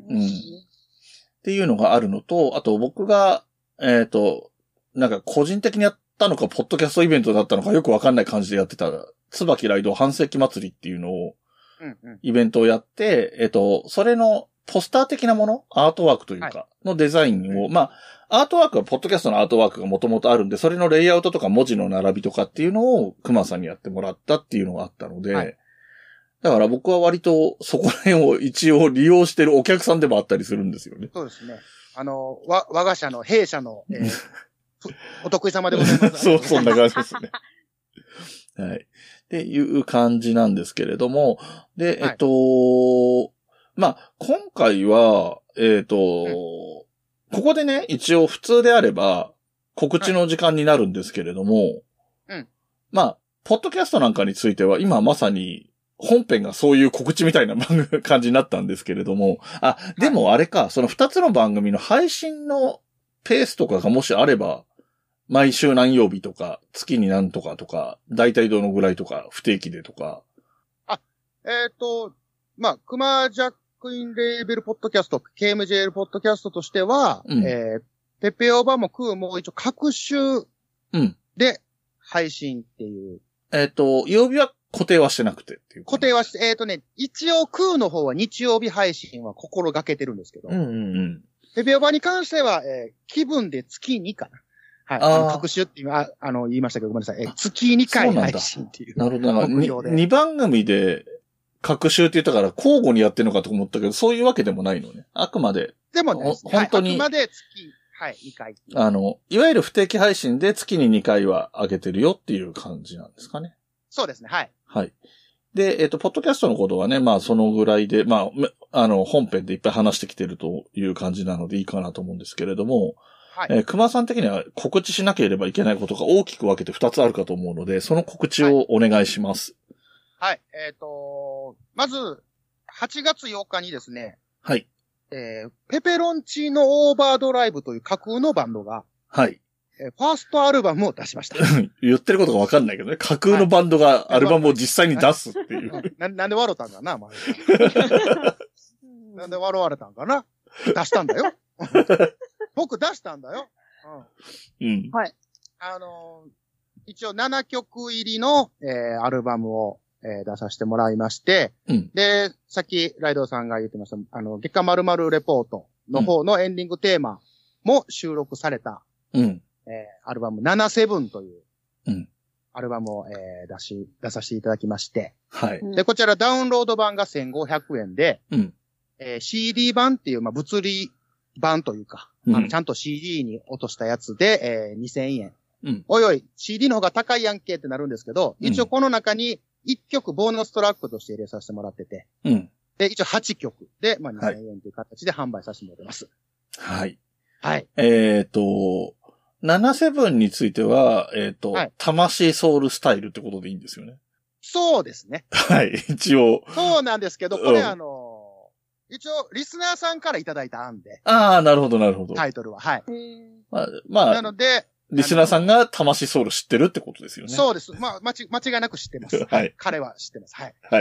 うん。うん。っていうのがあるのと、あと僕が、えっと、なんか個人的にやったのか、ポッドキャストイベントだったのかよくわかんない感じでやってた、椿ライド半世紀祭りっていうのを、イベントをやって、うんうん、えっと、それのポスター的なもの、アートワークというか、のデザインを、はい、まあ、アートワークはポッドキャストのアートワークがもともとあるんで、それのレイアウトとか文字の並びとかっていうのを熊さんにやってもらったっていうのがあったので、はい、だから僕は割とそこら辺を一応利用してるお客さんでもあったりするんですよね。 そうですね。あの、わ、我が社の弊社の、えーお得意様でございます。 そう、そんな感じですね。はい。っていう感じなんですけれども、で、はい、えっと、まあ、今回は、えっと、うん、ここでね、一応普通であれば、告知の時間になるんですけれども、はい、うん、まあ、ポッドキャストなんかについては、今まさに、本編がそういう告知みたいな感じになったんですけれども、あ、でもあれか、その二つの番組の配信のペースとかがもしあれば、毎週何曜日とか、月に何とかとか、だいたいどのぐらいとか、不定期でとか。 あ、えっ、ー、と、まあ、クマジャックインレーベルポッドキャスト、ケーエムジェーエル ポッドキャストとしては、うん、えー、ペペオバもクーも一応各週で配信っていう。 うん、えっ、ー、と、曜日は固定はしてなくてっていう。 固定はして、えっ、ー、とね、一応クーの方は日曜日配信は心がけてるんですけど、 うんうんうん、 ペペオバに関しては、えー、気分で月にかな。はい。あの、各種って今、あ、あの、言いましたけど、ごめんなさい。え、月にかい配信っていう。 なるほど。なに番組で、各週って言ったから交互にやってるのかと思ったけど、そういうわけでもないのね。あくまで。 でもね、 本当に、はい。 あくまで月、はい、にかい。 あの、いわゆる不定期配信で月ににかいは上げてるよっていう感じなんですかね。 そうですね、はい。 はい。で、えっと、ポッドキャストのことはね、まあ、そのぐらいで、まあ、あの、本編でいっぱい話してきてるという感じなのでいいかなと思うんですけれども、はい。えー、熊さん的には告知しなければいけないことが大きく分けてふたつあるかと思うので、その告知をお願いします。 はい。はい、えっ、ー、と、まず、はちがつようかにですね。 はい。 えー、ペペロンチーノオーバードライブという架空のバンドが、 はい。 えー、ファーストアルバムを出しました。 言ってることが分かんないけどね。架空のバンドがアルバムを実際に出すっていう。はい、 な, なんで笑ったんかな、まあ、なんで笑われたんかな。出したんだよ。僕出したんだよ。 うん。うん。 はい。 あのー、一応ななきょく入りの、えー、アルバムを、えー、出させてもらいまして、 うん。 で、さっきライドさんが言ってました、あの、月刊〇〇レポートの方のエンディングテーマも収録された、 うん。 えー、アルバムななじゅうななという、 うん。 アルバムを、えー、出し、出させていただきまして、 はい。 で、こちらダウンロード版がせんごひゃくえんで、 うん。 えー、シーディー 版っていう、まあ、物理版というか、うん、あのちゃんと シーディー に落としたやつで、えー、にせんえん。 うん。 おいおい、シーディー の方が高いやんけってなるんですけど、一応この中にいっきょくボーナストラックとして入れさせてもらってて、 うん。 で、一応はちきょくで、まあ、にせんえんという形で販売させてもらってます。 はい。 はい。 えっ、ー、と、ななじゅうななについては、えっ、ー、と、はい、魂ソウルスタイルってことでいいんですよね。 そうですね。 はい、一応。 そうなんですけど、これ、うん、あの、一応、リスナーさんからいただいた案で。 ああ、なるほど、なるほど。 タイトルは、はい。 まあ、まあ、 なので、 リスナーさんが魂ソウル知ってるってことですよね。 そうです。まあ、間違、間違いなく知ってます。はい。彼は知ってます。はい。 はい。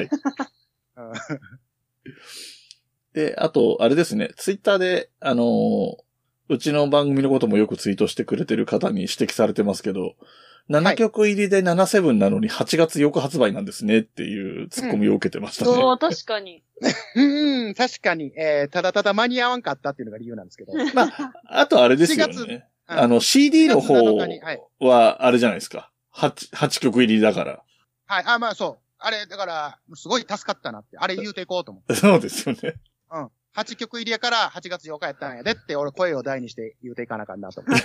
で、あと、あれですね、ツイッターで、あのー、うちの番組のこともよくツイートしてくれてる方に指摘されてますけど、ななきょく入りでななじゅうなななのにはちがつようか発売なんですねっていうツッコミを受けてましたね。 うん、そう、確かに。 うん、確かに、えー、ただただ間に合わんかったっていうのが理由なんですけど。 まあ、あとあれですよね。あの シーディー の方は、あれじゃないですか。はち、はちきょく入りだから。 はい。あ、まあそう。あれ、だから、すごい助かったなって。あれ言うていこうと思って。 そうですよね。 うん。はちきょく入りやからはちがつようかやったんやでって、俺声を大にして言うていかなあかんなと思って。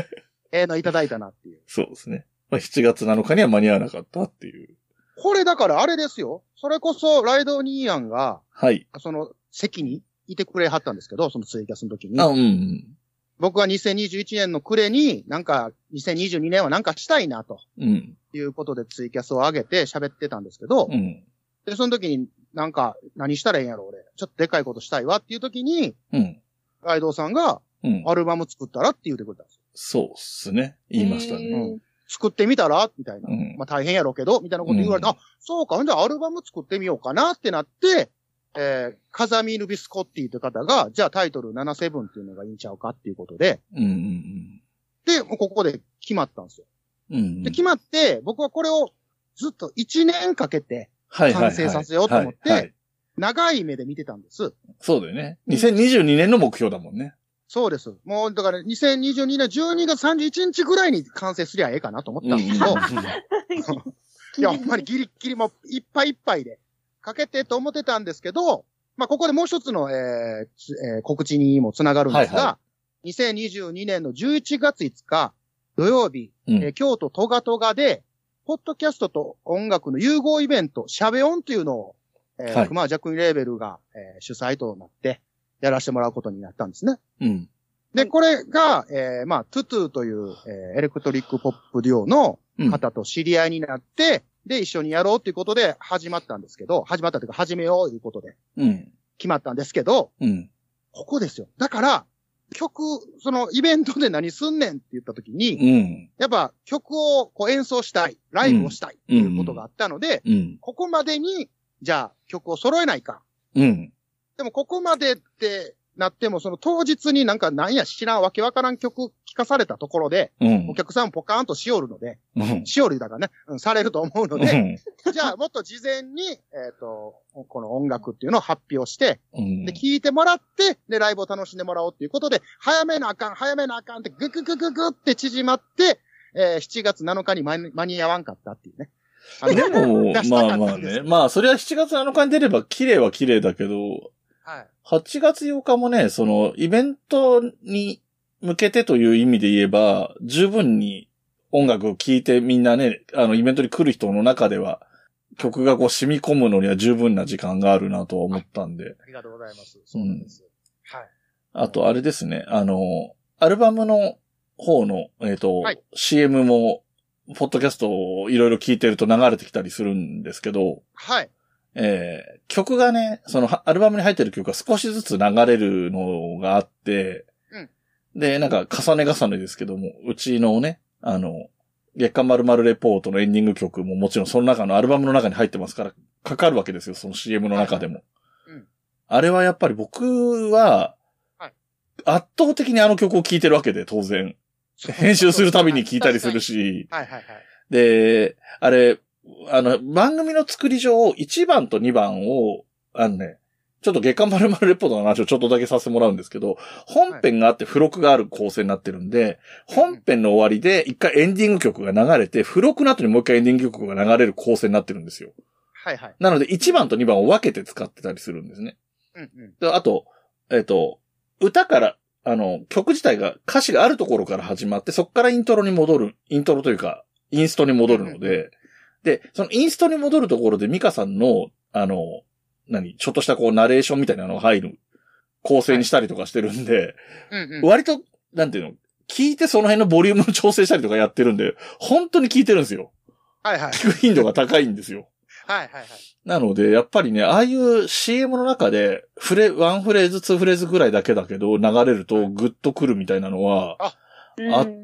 ええのいただいたなっていう。 そうですね。まあ、しちがつなのかには間に合わなかったっていう。 これだからあれですよ。それこそ、ライドニーヤンが、 はい。 その、席にいてくれはったんですけど、そのツイキャスの時に。 あ、うん、うん。 僕はにせんにじゅういちねんの暮れに、なんか、にせんにじゅうにねんはなんかしたいなと。うん。いうことでツイキャスを上げて喋ってたんですけど、うん。で、その時になんか、何したらいいんやろ、俺。ちょっとでかいことしたいわっていう時に、うん。ライドウさんが、うん。アルバム作ったらって言ってくれたんですよ。 そうっすね。言いましたね。 うん。作ってみたらみたいな。うん。まあ大変やろうけど、みたいなこと言われて、うん、あ、そうか、じゃあアルバム作ってみようかなってなって、えー、カザミーヌ・ビスコッティという方が、じゃあタイトルななじゅうななっていうのがいいんちゃうかっていうことで、うんうんうん、で、ここで決まったんですよ。うんうん、で、決まって、僕はこれをずっといちねんかけて完成させようと思って、長い目で見てたんです。 そうだよね。にせんにじゅうにねんの目標だもんね。 そうです。もう、だからにせんにじゅうにねんじゅうにがつさんじゅういちにちぐらいに完成すりゃええかなと思ったんですけど、いや、ほんまにギリギリもいっぱいいっぱいで、かけてと思ってたんですけど、まあ、ここでもう一つの、えーえー、告知にもつながるんですが、はいはい、にせんにじゅうにねんのじゅういちがついつか土曜日、うんえー、京都トガトガで、ポッドキャストと音楽の融合イベント、シャベオンというのを、えーはい、熊ジャックインレーベルが、えー、主催となって、やらせてもらうことになったんですね。うん、で、これが、えー、まあ、トゥトゥという、えー、エレクトリックポップデュオの方と知り合いになって、うんで、一緒にやろうということで始まったんですけど、始まったというか始めようということで、決まったんですけど、うん、ここですよ。だから、曲、そのイベントで何すんねんって言った時に、うん、やっぱ曲をこう演奏したい、ライブをしたいということがあったので、うんうん、ここまでに、じゃあ曲を揃えないか。うん、でもここまでってなっても、その当日になんか何や知らんわけわからん曲聞かされたところで、うん、お客さんポカーンとしおるので、うん、しおるだからね、うん、されると思うので、うん、じゃあもっと事前に、えっと、この音楽っていうのを発表して、うん、で、聞いてもらって、で、ライブを楽しんでもらおうっていうことで、早めなあかん、早めなあかんってぐぐぐぐぐって縮まって、えー、しちがつなのかに間に間に合わんかったっていうね。 でも、まあまあね。まあ、それはしちがつなのかに出れば綺麗は綺麗だけど、はい。はちがつようかもね、その、イベントに向けてという意味で言えば、十分に音楽を聴いてみんなね、あの、イベントに来る人の中では、曲がこう染み込むのには十分な時間があるなと思ったんで。 ありがとうございます。そうなんです。 うん、はい。あと、あれですね、あの、アルバムの方の、えっと、はい、シーエム も、ポッドキャストをいろいろ聞いてると流れてきたりするんですけど、はい。えー、曲がね、そのアルバムに入ってる曲が少しずつ流れるのがあって、うん、で、なんか重ね重ねですけども、うちのね、あの、月刊〇〇レポートのエンディング曲ももちろんその中のアルバムの中に入ってますから、かかるわけですよ、その シーエム の中でも。はいはいうん、あれはやっぱり僕は、はい、圧倒的にあの曲を聴いてるわけで、当然。編集するたびに聴いたりするし、はいはいはい、で、あれ、あの、番組の作り上、いちばんとにばんを、あのね、ちょっと月刊〇〇レポートの話をちょっとだけさせてもらうんですけど、本編があって付録がある構成になってるんで、本編の終わりで一回エンディング曲が流れて、付録の後にもう一回エンディング曲が流れる構成になってるんですよ。はいはい。なのでいちばんとにばんを分けて使ってたりするんですね。うんうん。あと、えっと、歌から、あの、曲自体が歌詞があるところから始まって、そこからイントロに戻る、イントロというか、インストに戻るので、うんうんで、そのインストに戻るところでミカさんの、あの、何、ちょっとしたこうナレーションみたいなのが入る構成にしたりとかしてるんで、はいうんうん、割と、なんていうの、聞いてその辺のボリュームの調整したりとかやってるんで、本当に聞いてるんですよ。はいはい。聞く頻度が高いんですよ。はいはいはい。なので、やっぱりね、ああいう シーエム の中で、フレ、ワンフレーズ、ツーフレーズぐらいだけだけど、流れるとグッとくるみたいなのは、あ、あって、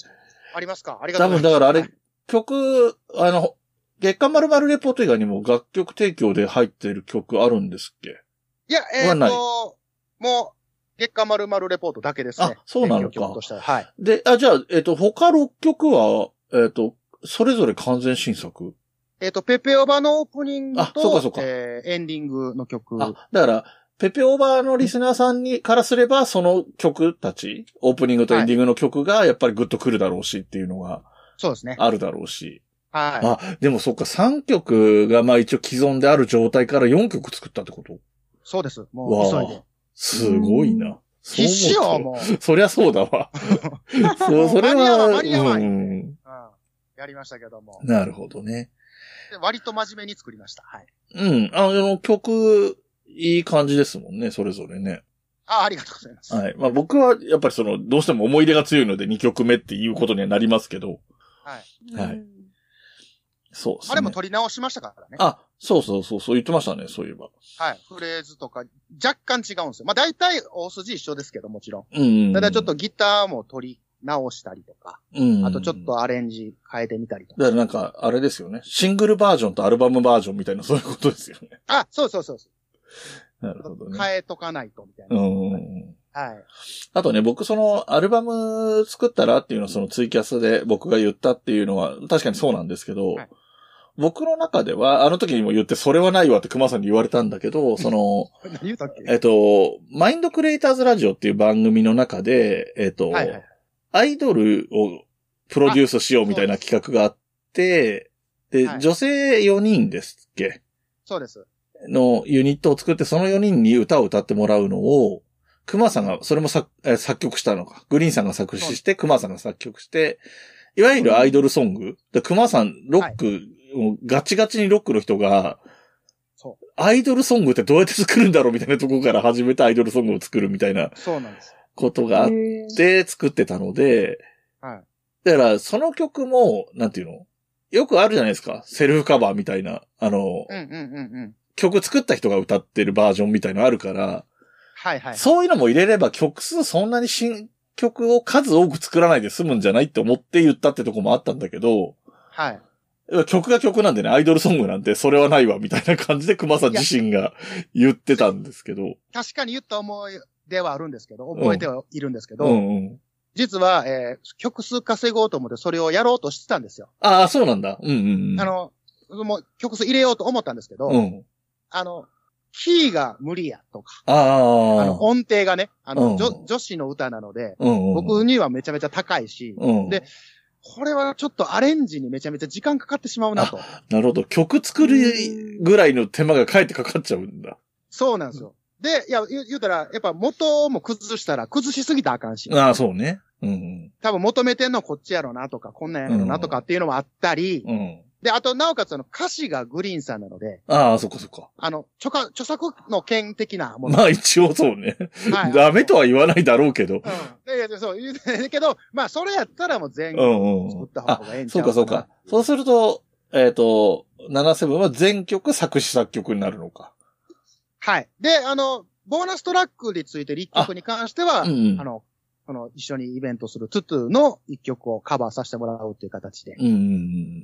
ありますかありがとうございます。 多分だからあれ、曲、あの、月刊〇〇レポート以外にも楽曲提供で入ってる曲あるんですっけ？ いや、えっ、ー、と、もう、月刊〇〇レポートだけですね。 あ、そうなのか。はい。で、あ、じゃあ、えっ、ー、と、他ろっきょくは、えっ、ー、と、それぞれ完全新作？ えっ、と、ペペオバのオープニングと、あ、そうかそうか。えー、エンディングの曲。 あ、だから、ペペオーバーのリスナーさんにからすれば、その曲たち、オープニングとエンディングの曲がやっぱりグッとくるだろうしっていうのが、 そうですね。 あるだろうし。 はい。 あ、でもそっか、さんきょくがまあ一応既存である状態からよんきょく作ったってこと？ そうです。もう急いで。 すごいな。 必死よ、もう。そりゃそうだわ。そう、それは、 間に合わない。 うん。 うん。やりましたけども。 なるほどね。 割と真面目に作りました。はい。 うん。あの、曲、いい感じですもんね、それぞれね。 あ、ありがとうございます。 はい。まあ僕は、やっぱりその、どうしても思い出が強いのでにきょくめっていうことにはなりますけど。 はい。 はい。そうですね。 あれも撮り直しましたからね。 あ、そうそうそう、そう言ってましたね、そういえば。 はい。フレーズとか、若干違うんですよ。まあ大体大筋一緒ですけど、もちろん。 うん、うん。 ただちょっとギターも撮り直したりとか。うん。あとちょっとアレンジ変えてみたりとか。 だからなんか、あれですよね。シングルバージョンとアルバムバージョンみたいな、そういうことですよね。 あ、そうそうそうそう。 なるほどね。 変えとかないと、みたいな。 うん。 はい。 あとね、僕そのアルバム作ったらっていうのをそのツイキャスで僕が言ったっていうのは確かにそうなんですけど、はい、僕の中では、あの時にも言ってそれはないわって熊さんに言われたんだけど、その、 何言ったっけ？ えっと、マインドクリエイターズラジオっていう番組の中で、えっと、はいはい、アイドルをプロデュースしようみたいな企画があって、で、はい、女性よにんですっけ？ そうです。 のユニットを作ってそのよにんに歌を歌ってもらうのを、熊さんが、それも作、え作曲したのか。グリーンさんが作詞して、熊さんが作曲して、いわゆるアイドルソング。で熊さん、ロック、はい、ガチガチにロックの人が、そうアイドルソングってどうやって作るんだろうみたいなところから始めてアイドルソングを作るみたいな。 そうなんです。 ことがあって作ってたので、はい。だから、その曲も、なんていうの？よくあるじゃないですか。セルフカバーみたいな、あの、 うんうんうんうん、 曲作った人が歌ってるバージョンみたいなのあるから、 はいはい。 そういうのも入れれば曲数そんなに新曲を数多く作らないで済むんじゃないって思って言ったってとこもあったんだけど、 はい。 曲が曲なんでね、アイドルソングなんてそれはないわみたいな感じで熊さん自身が言ってたんですけど。 確かに言った思いではあるんですけど、覚えてはいるんですけど、 うんうん、 実は、えー、曲数稼ごうと思ってそれをやろうとしてたんですよ。 ああ、そうなんだ。うんうんうん。 あの、もう曲数入れようと思ったんですけど、 うん、 あの、キーが無理やとか。 ああ。 あの、音程がね、あの、うん、女、女子の歌なので、 うんうん、 僕にはめちゃめちゃ高いし、 うん、 で、これはちょっとアレンジにめちゃめちゃ時間かかってしまうなと。 なるほど。曲作るぐらいの手間がかえってかかっちゃうんだ。 そうなんですよ。で、いや、言う、言うたら、やっぱ元も崩したら崩しすぎたらあかんし。 ああ、そうね。うん。 多分求めてんのこっちやろなとか、こんなんやろなとかっていうのもあったり、 うん。 で、あと、なおかつあの、歌詞がグリーンさんなので。 ああ、そっかそっか。 あの、著作、著作の権的なもの。まあ一応そうね。はい。ダメとは言わないだろうけど。うん。 いや、そう、言うてけど、まあそれやったらもう全曲作った方がええんちゃうかな。 そうかそうか。そうすると、えっと、ななじゅうななは全曲作詞作曲になるのか。 はい。で、あの、ボーナストラックについてる一曲に関しては、あ,、うんうん、あの、この一緒にイベントするツトゥの一曲をカバーさせてもらうっていう形で。 うんうんうん。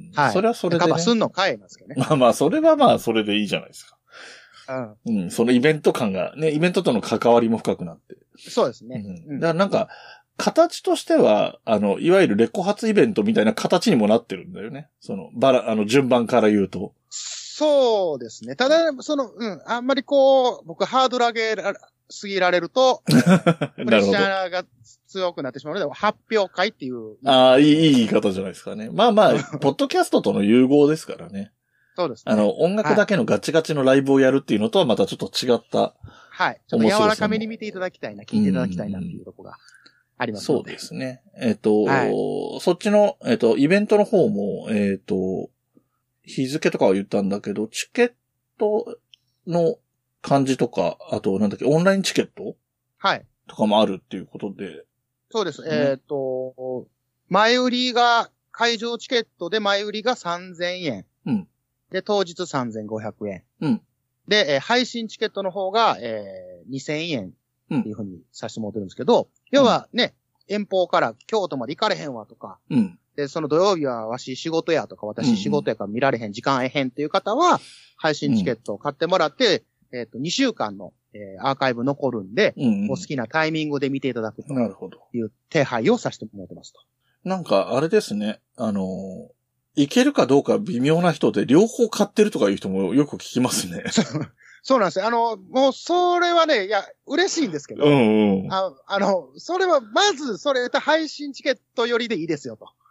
はい。 それはそれで、ね。 カバーすんのかいなんですけどね。 まあまあ、それはまあ、それでいいじゃないですか。 うん。 うん。そのイベント感が、ね、イベントとの関わりも深くなって。 そうですね。 うん。だからなんか、形としては、あの、いわゆるレコ発イベントみたいな形にもなってるんだよね。その、バラ、あの、順番から言うと。 そうですね。ただ、その、うん、あんまりこう、僕ハードル上げら、すぎられると、プレッシャーが強くなってしまうので、発表会っていう。 ああ、いい、いい言い方じゃないですかね。まあまあ、ポッドキャストとの融合ですからね。 そうですね。 あの、音楽だけのガチガチのライブをやるっていうのとはまたちょっと違った。 はい。ちょっと柔らかめに見ていただきたいな、聞いていただきたいなっていうところがありますので。 そうですね。えっと、はい、そっちの、えっと、イベントの方も、えっと、日付とかは言ったんだけど、チケットの感じとか、あと、なんだっけ、オンラインチケットはい。 とかもあるっていうことで。 そうです。ね、えっ、ー、と、前売りが、会場チケットで前売りがさんぜんえん。 うん。 で、当日さんぜんごひゃくえん。 うん。 で、えー、配信チケットの方が、えー、にせんえんっていうふうにさせてもらってるんですけど、うん、要はね、遠方から京都まで行かれへんわとか、 うん。 で、その土曜日はわし仕事やとか、私仕事やから見られへん、時間えへんっていう方は、配信チケットを買ってもらって、うん、えっと、にしゅうかんの、えー、アーカイブ残るんで、 うんうん、 お好きなタイミングで見ていただくと。 なるほど。 いう手配をさせてもらってますと。 なんか、あれですね。あのー、いけるかどうか微妙な人で両方買ってるとかいう人もよく聞きますね。 そうなんですよ。あの、もう、それはね、いや、嬉しいんですけど。 うんうん。 ああの、それは、まず、それ、配信チケットよりでいいですよと。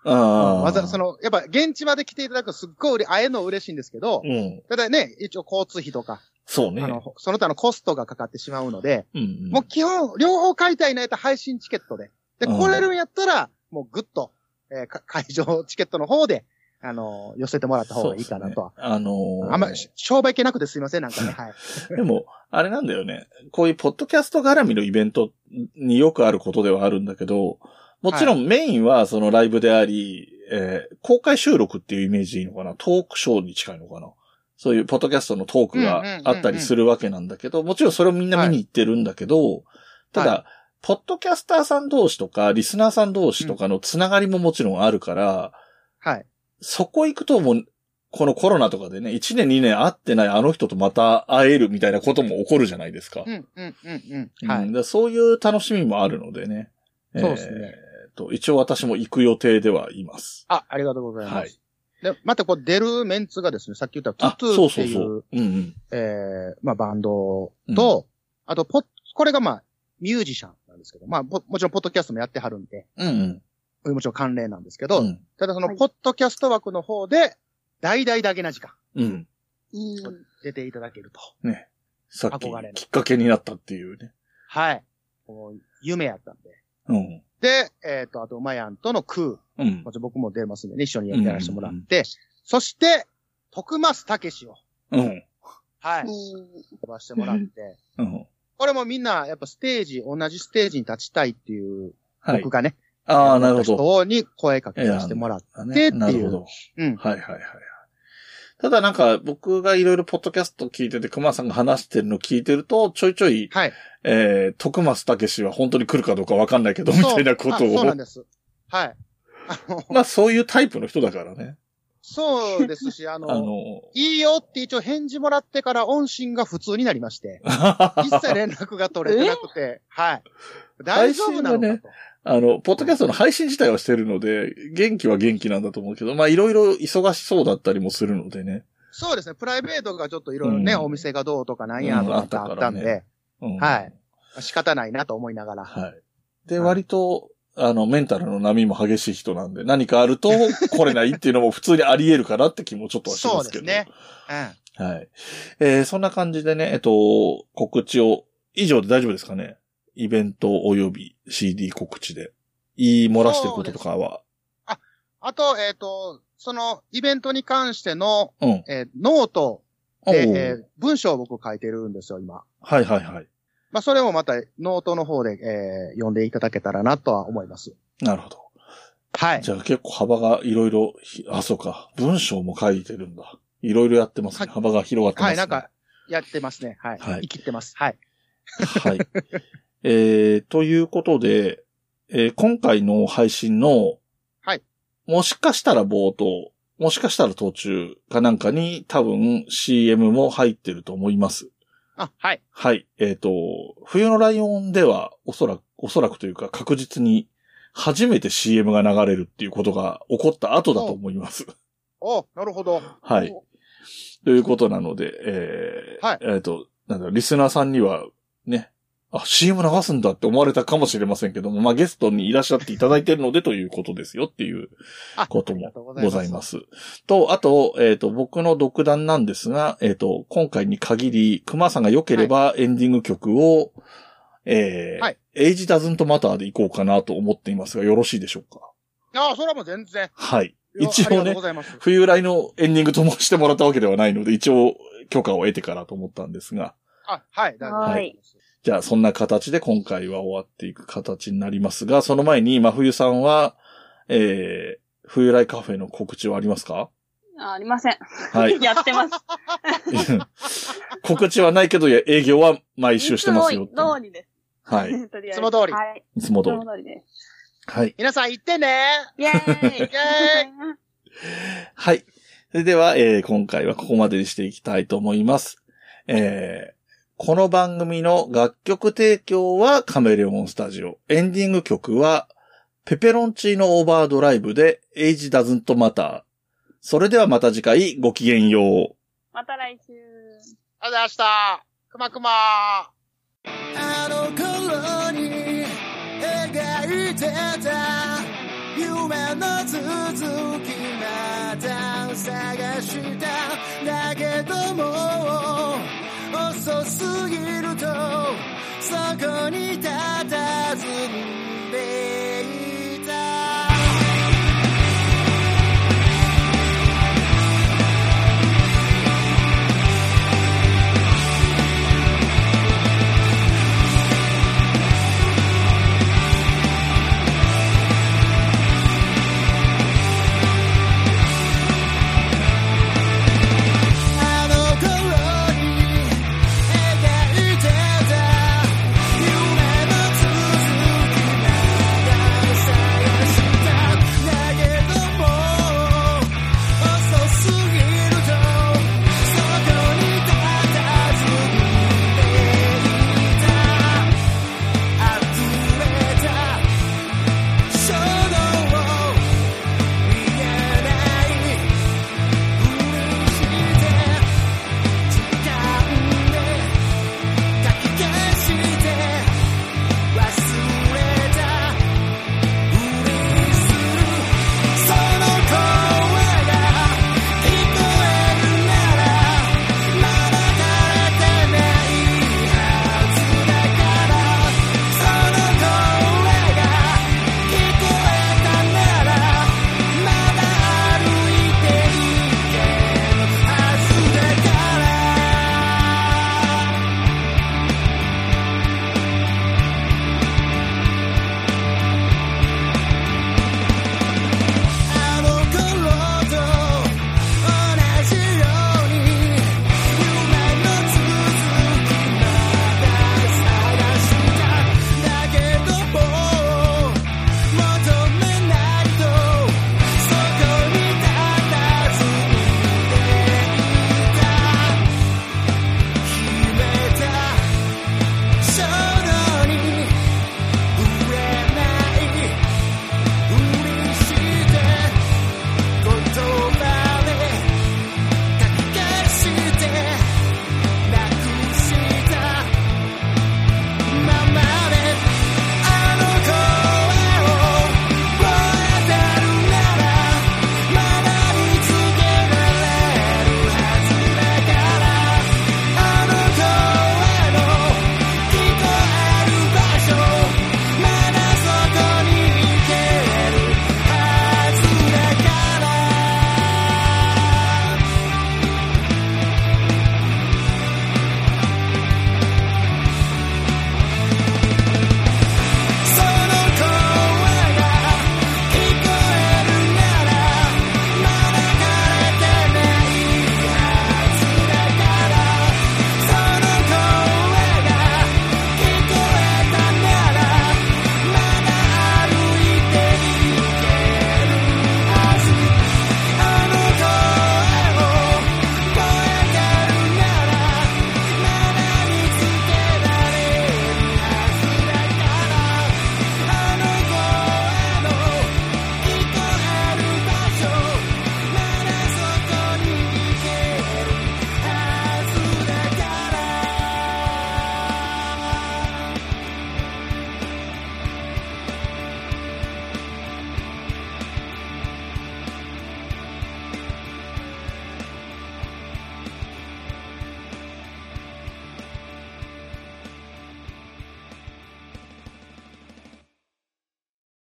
ああ。わざ、その、やっぱ現地まで来ていただくとすっごい会えるの嬉しいんですけど、うん。ただね、一応交通費とか。 そうね。あの、その他のコストがかかってしまうので、 うんうん、 もう基本、両方買いたいなやったら配信チケットで。で、来れるんやったら、もうぐっと、えー、会場チケットの方で、あのー、寄せてもらった方がいいかなとは。ね、 あのー、 あんま、商売系なくてすいません、なんかね。はい。 でも、あれなんだよね。こういうポッドキャスト絡みのイベントによくあることではあるんだけど、もちろんメインはそのライブであり、えー、公開収録っていうイメージでいいのかな？トークショーに近いのかな？そういうポッドキャストのトークがあったりするわけなんだけど、もちろんそれをみんな見に行ってるんだけど、はい、ただ、はい、ポッドキャスターさん同士とか、リスナーさん同士とかのつながりももちろんあるから、 はい。 そこ行くともう、このコロナとかでね、いちねんにねん会ってないあの人とまた会えるみたいなことも起こるじゃないですか。 うん、うん、うん、うん。はい、 うん。そういう楽しみもあるのでね。 そうですね。 えー、と、一応私も行く予定ではいます。 あ、ありがとうございます。 はい。 で、またこう出るメンツがですね、さっき言ったキトゥーっていう、そうそうそう。うんうん。えー、まあバンドと、うん、あとポ、これがまあ、ミュージシャンなんですけど、まあ、もちろんポッドキャストもやってはるんで、 うんうん。もちろん関連なんですけど、うん、ただそのポッドキャスト枠の方で、大々だけな時間。 うん。 出ていただけると。 ね。さっききっかけになったっていうね。 はい。こう夢やったんで。 うん。 で、えっ、ー、と、あと、マヤンとのクー。うん。僕も出ますんでね、一緒にやらせてもらって。うん、そして、徳増たけしを。 うん。 はい。飛ばしてもらって。うん。これもみんな、やっぱステージ、同じステージに立ちたいっていう、はい、僕がね。 ああ、なるほど。 人に声かけさせてもらってっていう。 なるほど。うん。はいはいはい。ただなんか、僕がいろいろポッドキャスト聞いてて、熊さんが話してるの聞いてると、ちょいちょい、 はい。 えー、徳増たけしは本当に来るかどうかわかんないけど、みたいなことを。 そうなんです。はい。 まあ、そういうタイプの人だからね。 そうですし、あの、 あのいいよって一応返事もらってから音信が普通になりまして、一切連絡が取れてなくて、はい。大丈夫なのかと。ね、 あの、ポッドキャストの配信自体はしてるので、元気は元気なんだと思うけど、まあいろいろ忙しそうだったりもするのでね。 そうですね。プライベートがちょっといろいろね、うん、お店がどうとかなんやとかってあったんで、うんねうん、はい。仕方ないなと思いながら。 はい。で、はい、割と、あの、メンタルの波も激しい人なんで、何かあると来れないっていうのも普通にあり得るかなって気もちょっとはしますけど。 そうですね。 うん。はい。えー、そんな感じでね、えっと、告知を、以上で大丈夫ですかね？イベント及び シーディー 告知で。言い漏らしてることとかは。 あ、あと、えっ、ー、と、そのイベントに関しての、 うん、 えー、ノートで、えー、文章を僕書いてるんですよ、今。 はいはいはい。 まあ、それもまたノートの方で、えー、読んでいただけたらなとは思います。 なるほど。 はい。 じゃあ結構幅がいろいろ、あ、そうか。文章も書いてるんだ。いろいろやってますね。幅が広がってますね。 はい、なんか、やってますね。はい。はい。生きてます。はい。 はい。えー、ということで、えー、今回の配信の、 はい。 もしかしたら冒頭、もしかしたら途中かなんかに多分 シーエム も入ってると思います。 あ、はい。 はい。えっと、冬のライオンではおそらく、おそらくというか確実に初めて シーエム が流れるっていうことが起こった後だと思います。 お、なるほど。 はい。ということなので、えー、 はい。 えっと、なんだろう、リスナーさんにはね、あ、シーエム 流すんだって思われたかもしれませんけども、まあゲストにいらっしゃっていただいているのでということですよっていうこともございます。と、あと、えっと、僕の独断なんですが、えっと、今回に限り、熊さんが良ければエンディング曲を、えー、はい。Age Doesn't Matter でいこうかなと思っていますが、よろしいでしょうか？ ああ、それはもう全然。 はい。一応ね、冬来のエンディングともしてもらったわけではないので、一応許可を得てからと思ったんですが。 あ、はい、大丈夫です。はい。 じゃあ、そんな形で今回は終わっていく形になりますが、その前に、真冬さんは、えー、冬来カフェの告知はありますか？ あ、ありません。 はい。 やってます。 告知はないけど、営業は毎週してますよ。いつも通りです。 はい。 いつも通り。 はい。 いつも通り。 いつも通りです。 はい。 皆さん行ってねイェーイイェーイはい。それでは、えー、今回はここまでにしていきたいと思います。えー、この番組の楽曲提供はカメレオンスタジオ。エンディング曲はペペロンチーノオーバードライブで Age Doesn't Matter。それではまた次回ごきげんよう。 また来週。 ありがとうございました。くまくま。あの頃に描いてた夢の続きまた探しただけども遅すぎるとそこに佇む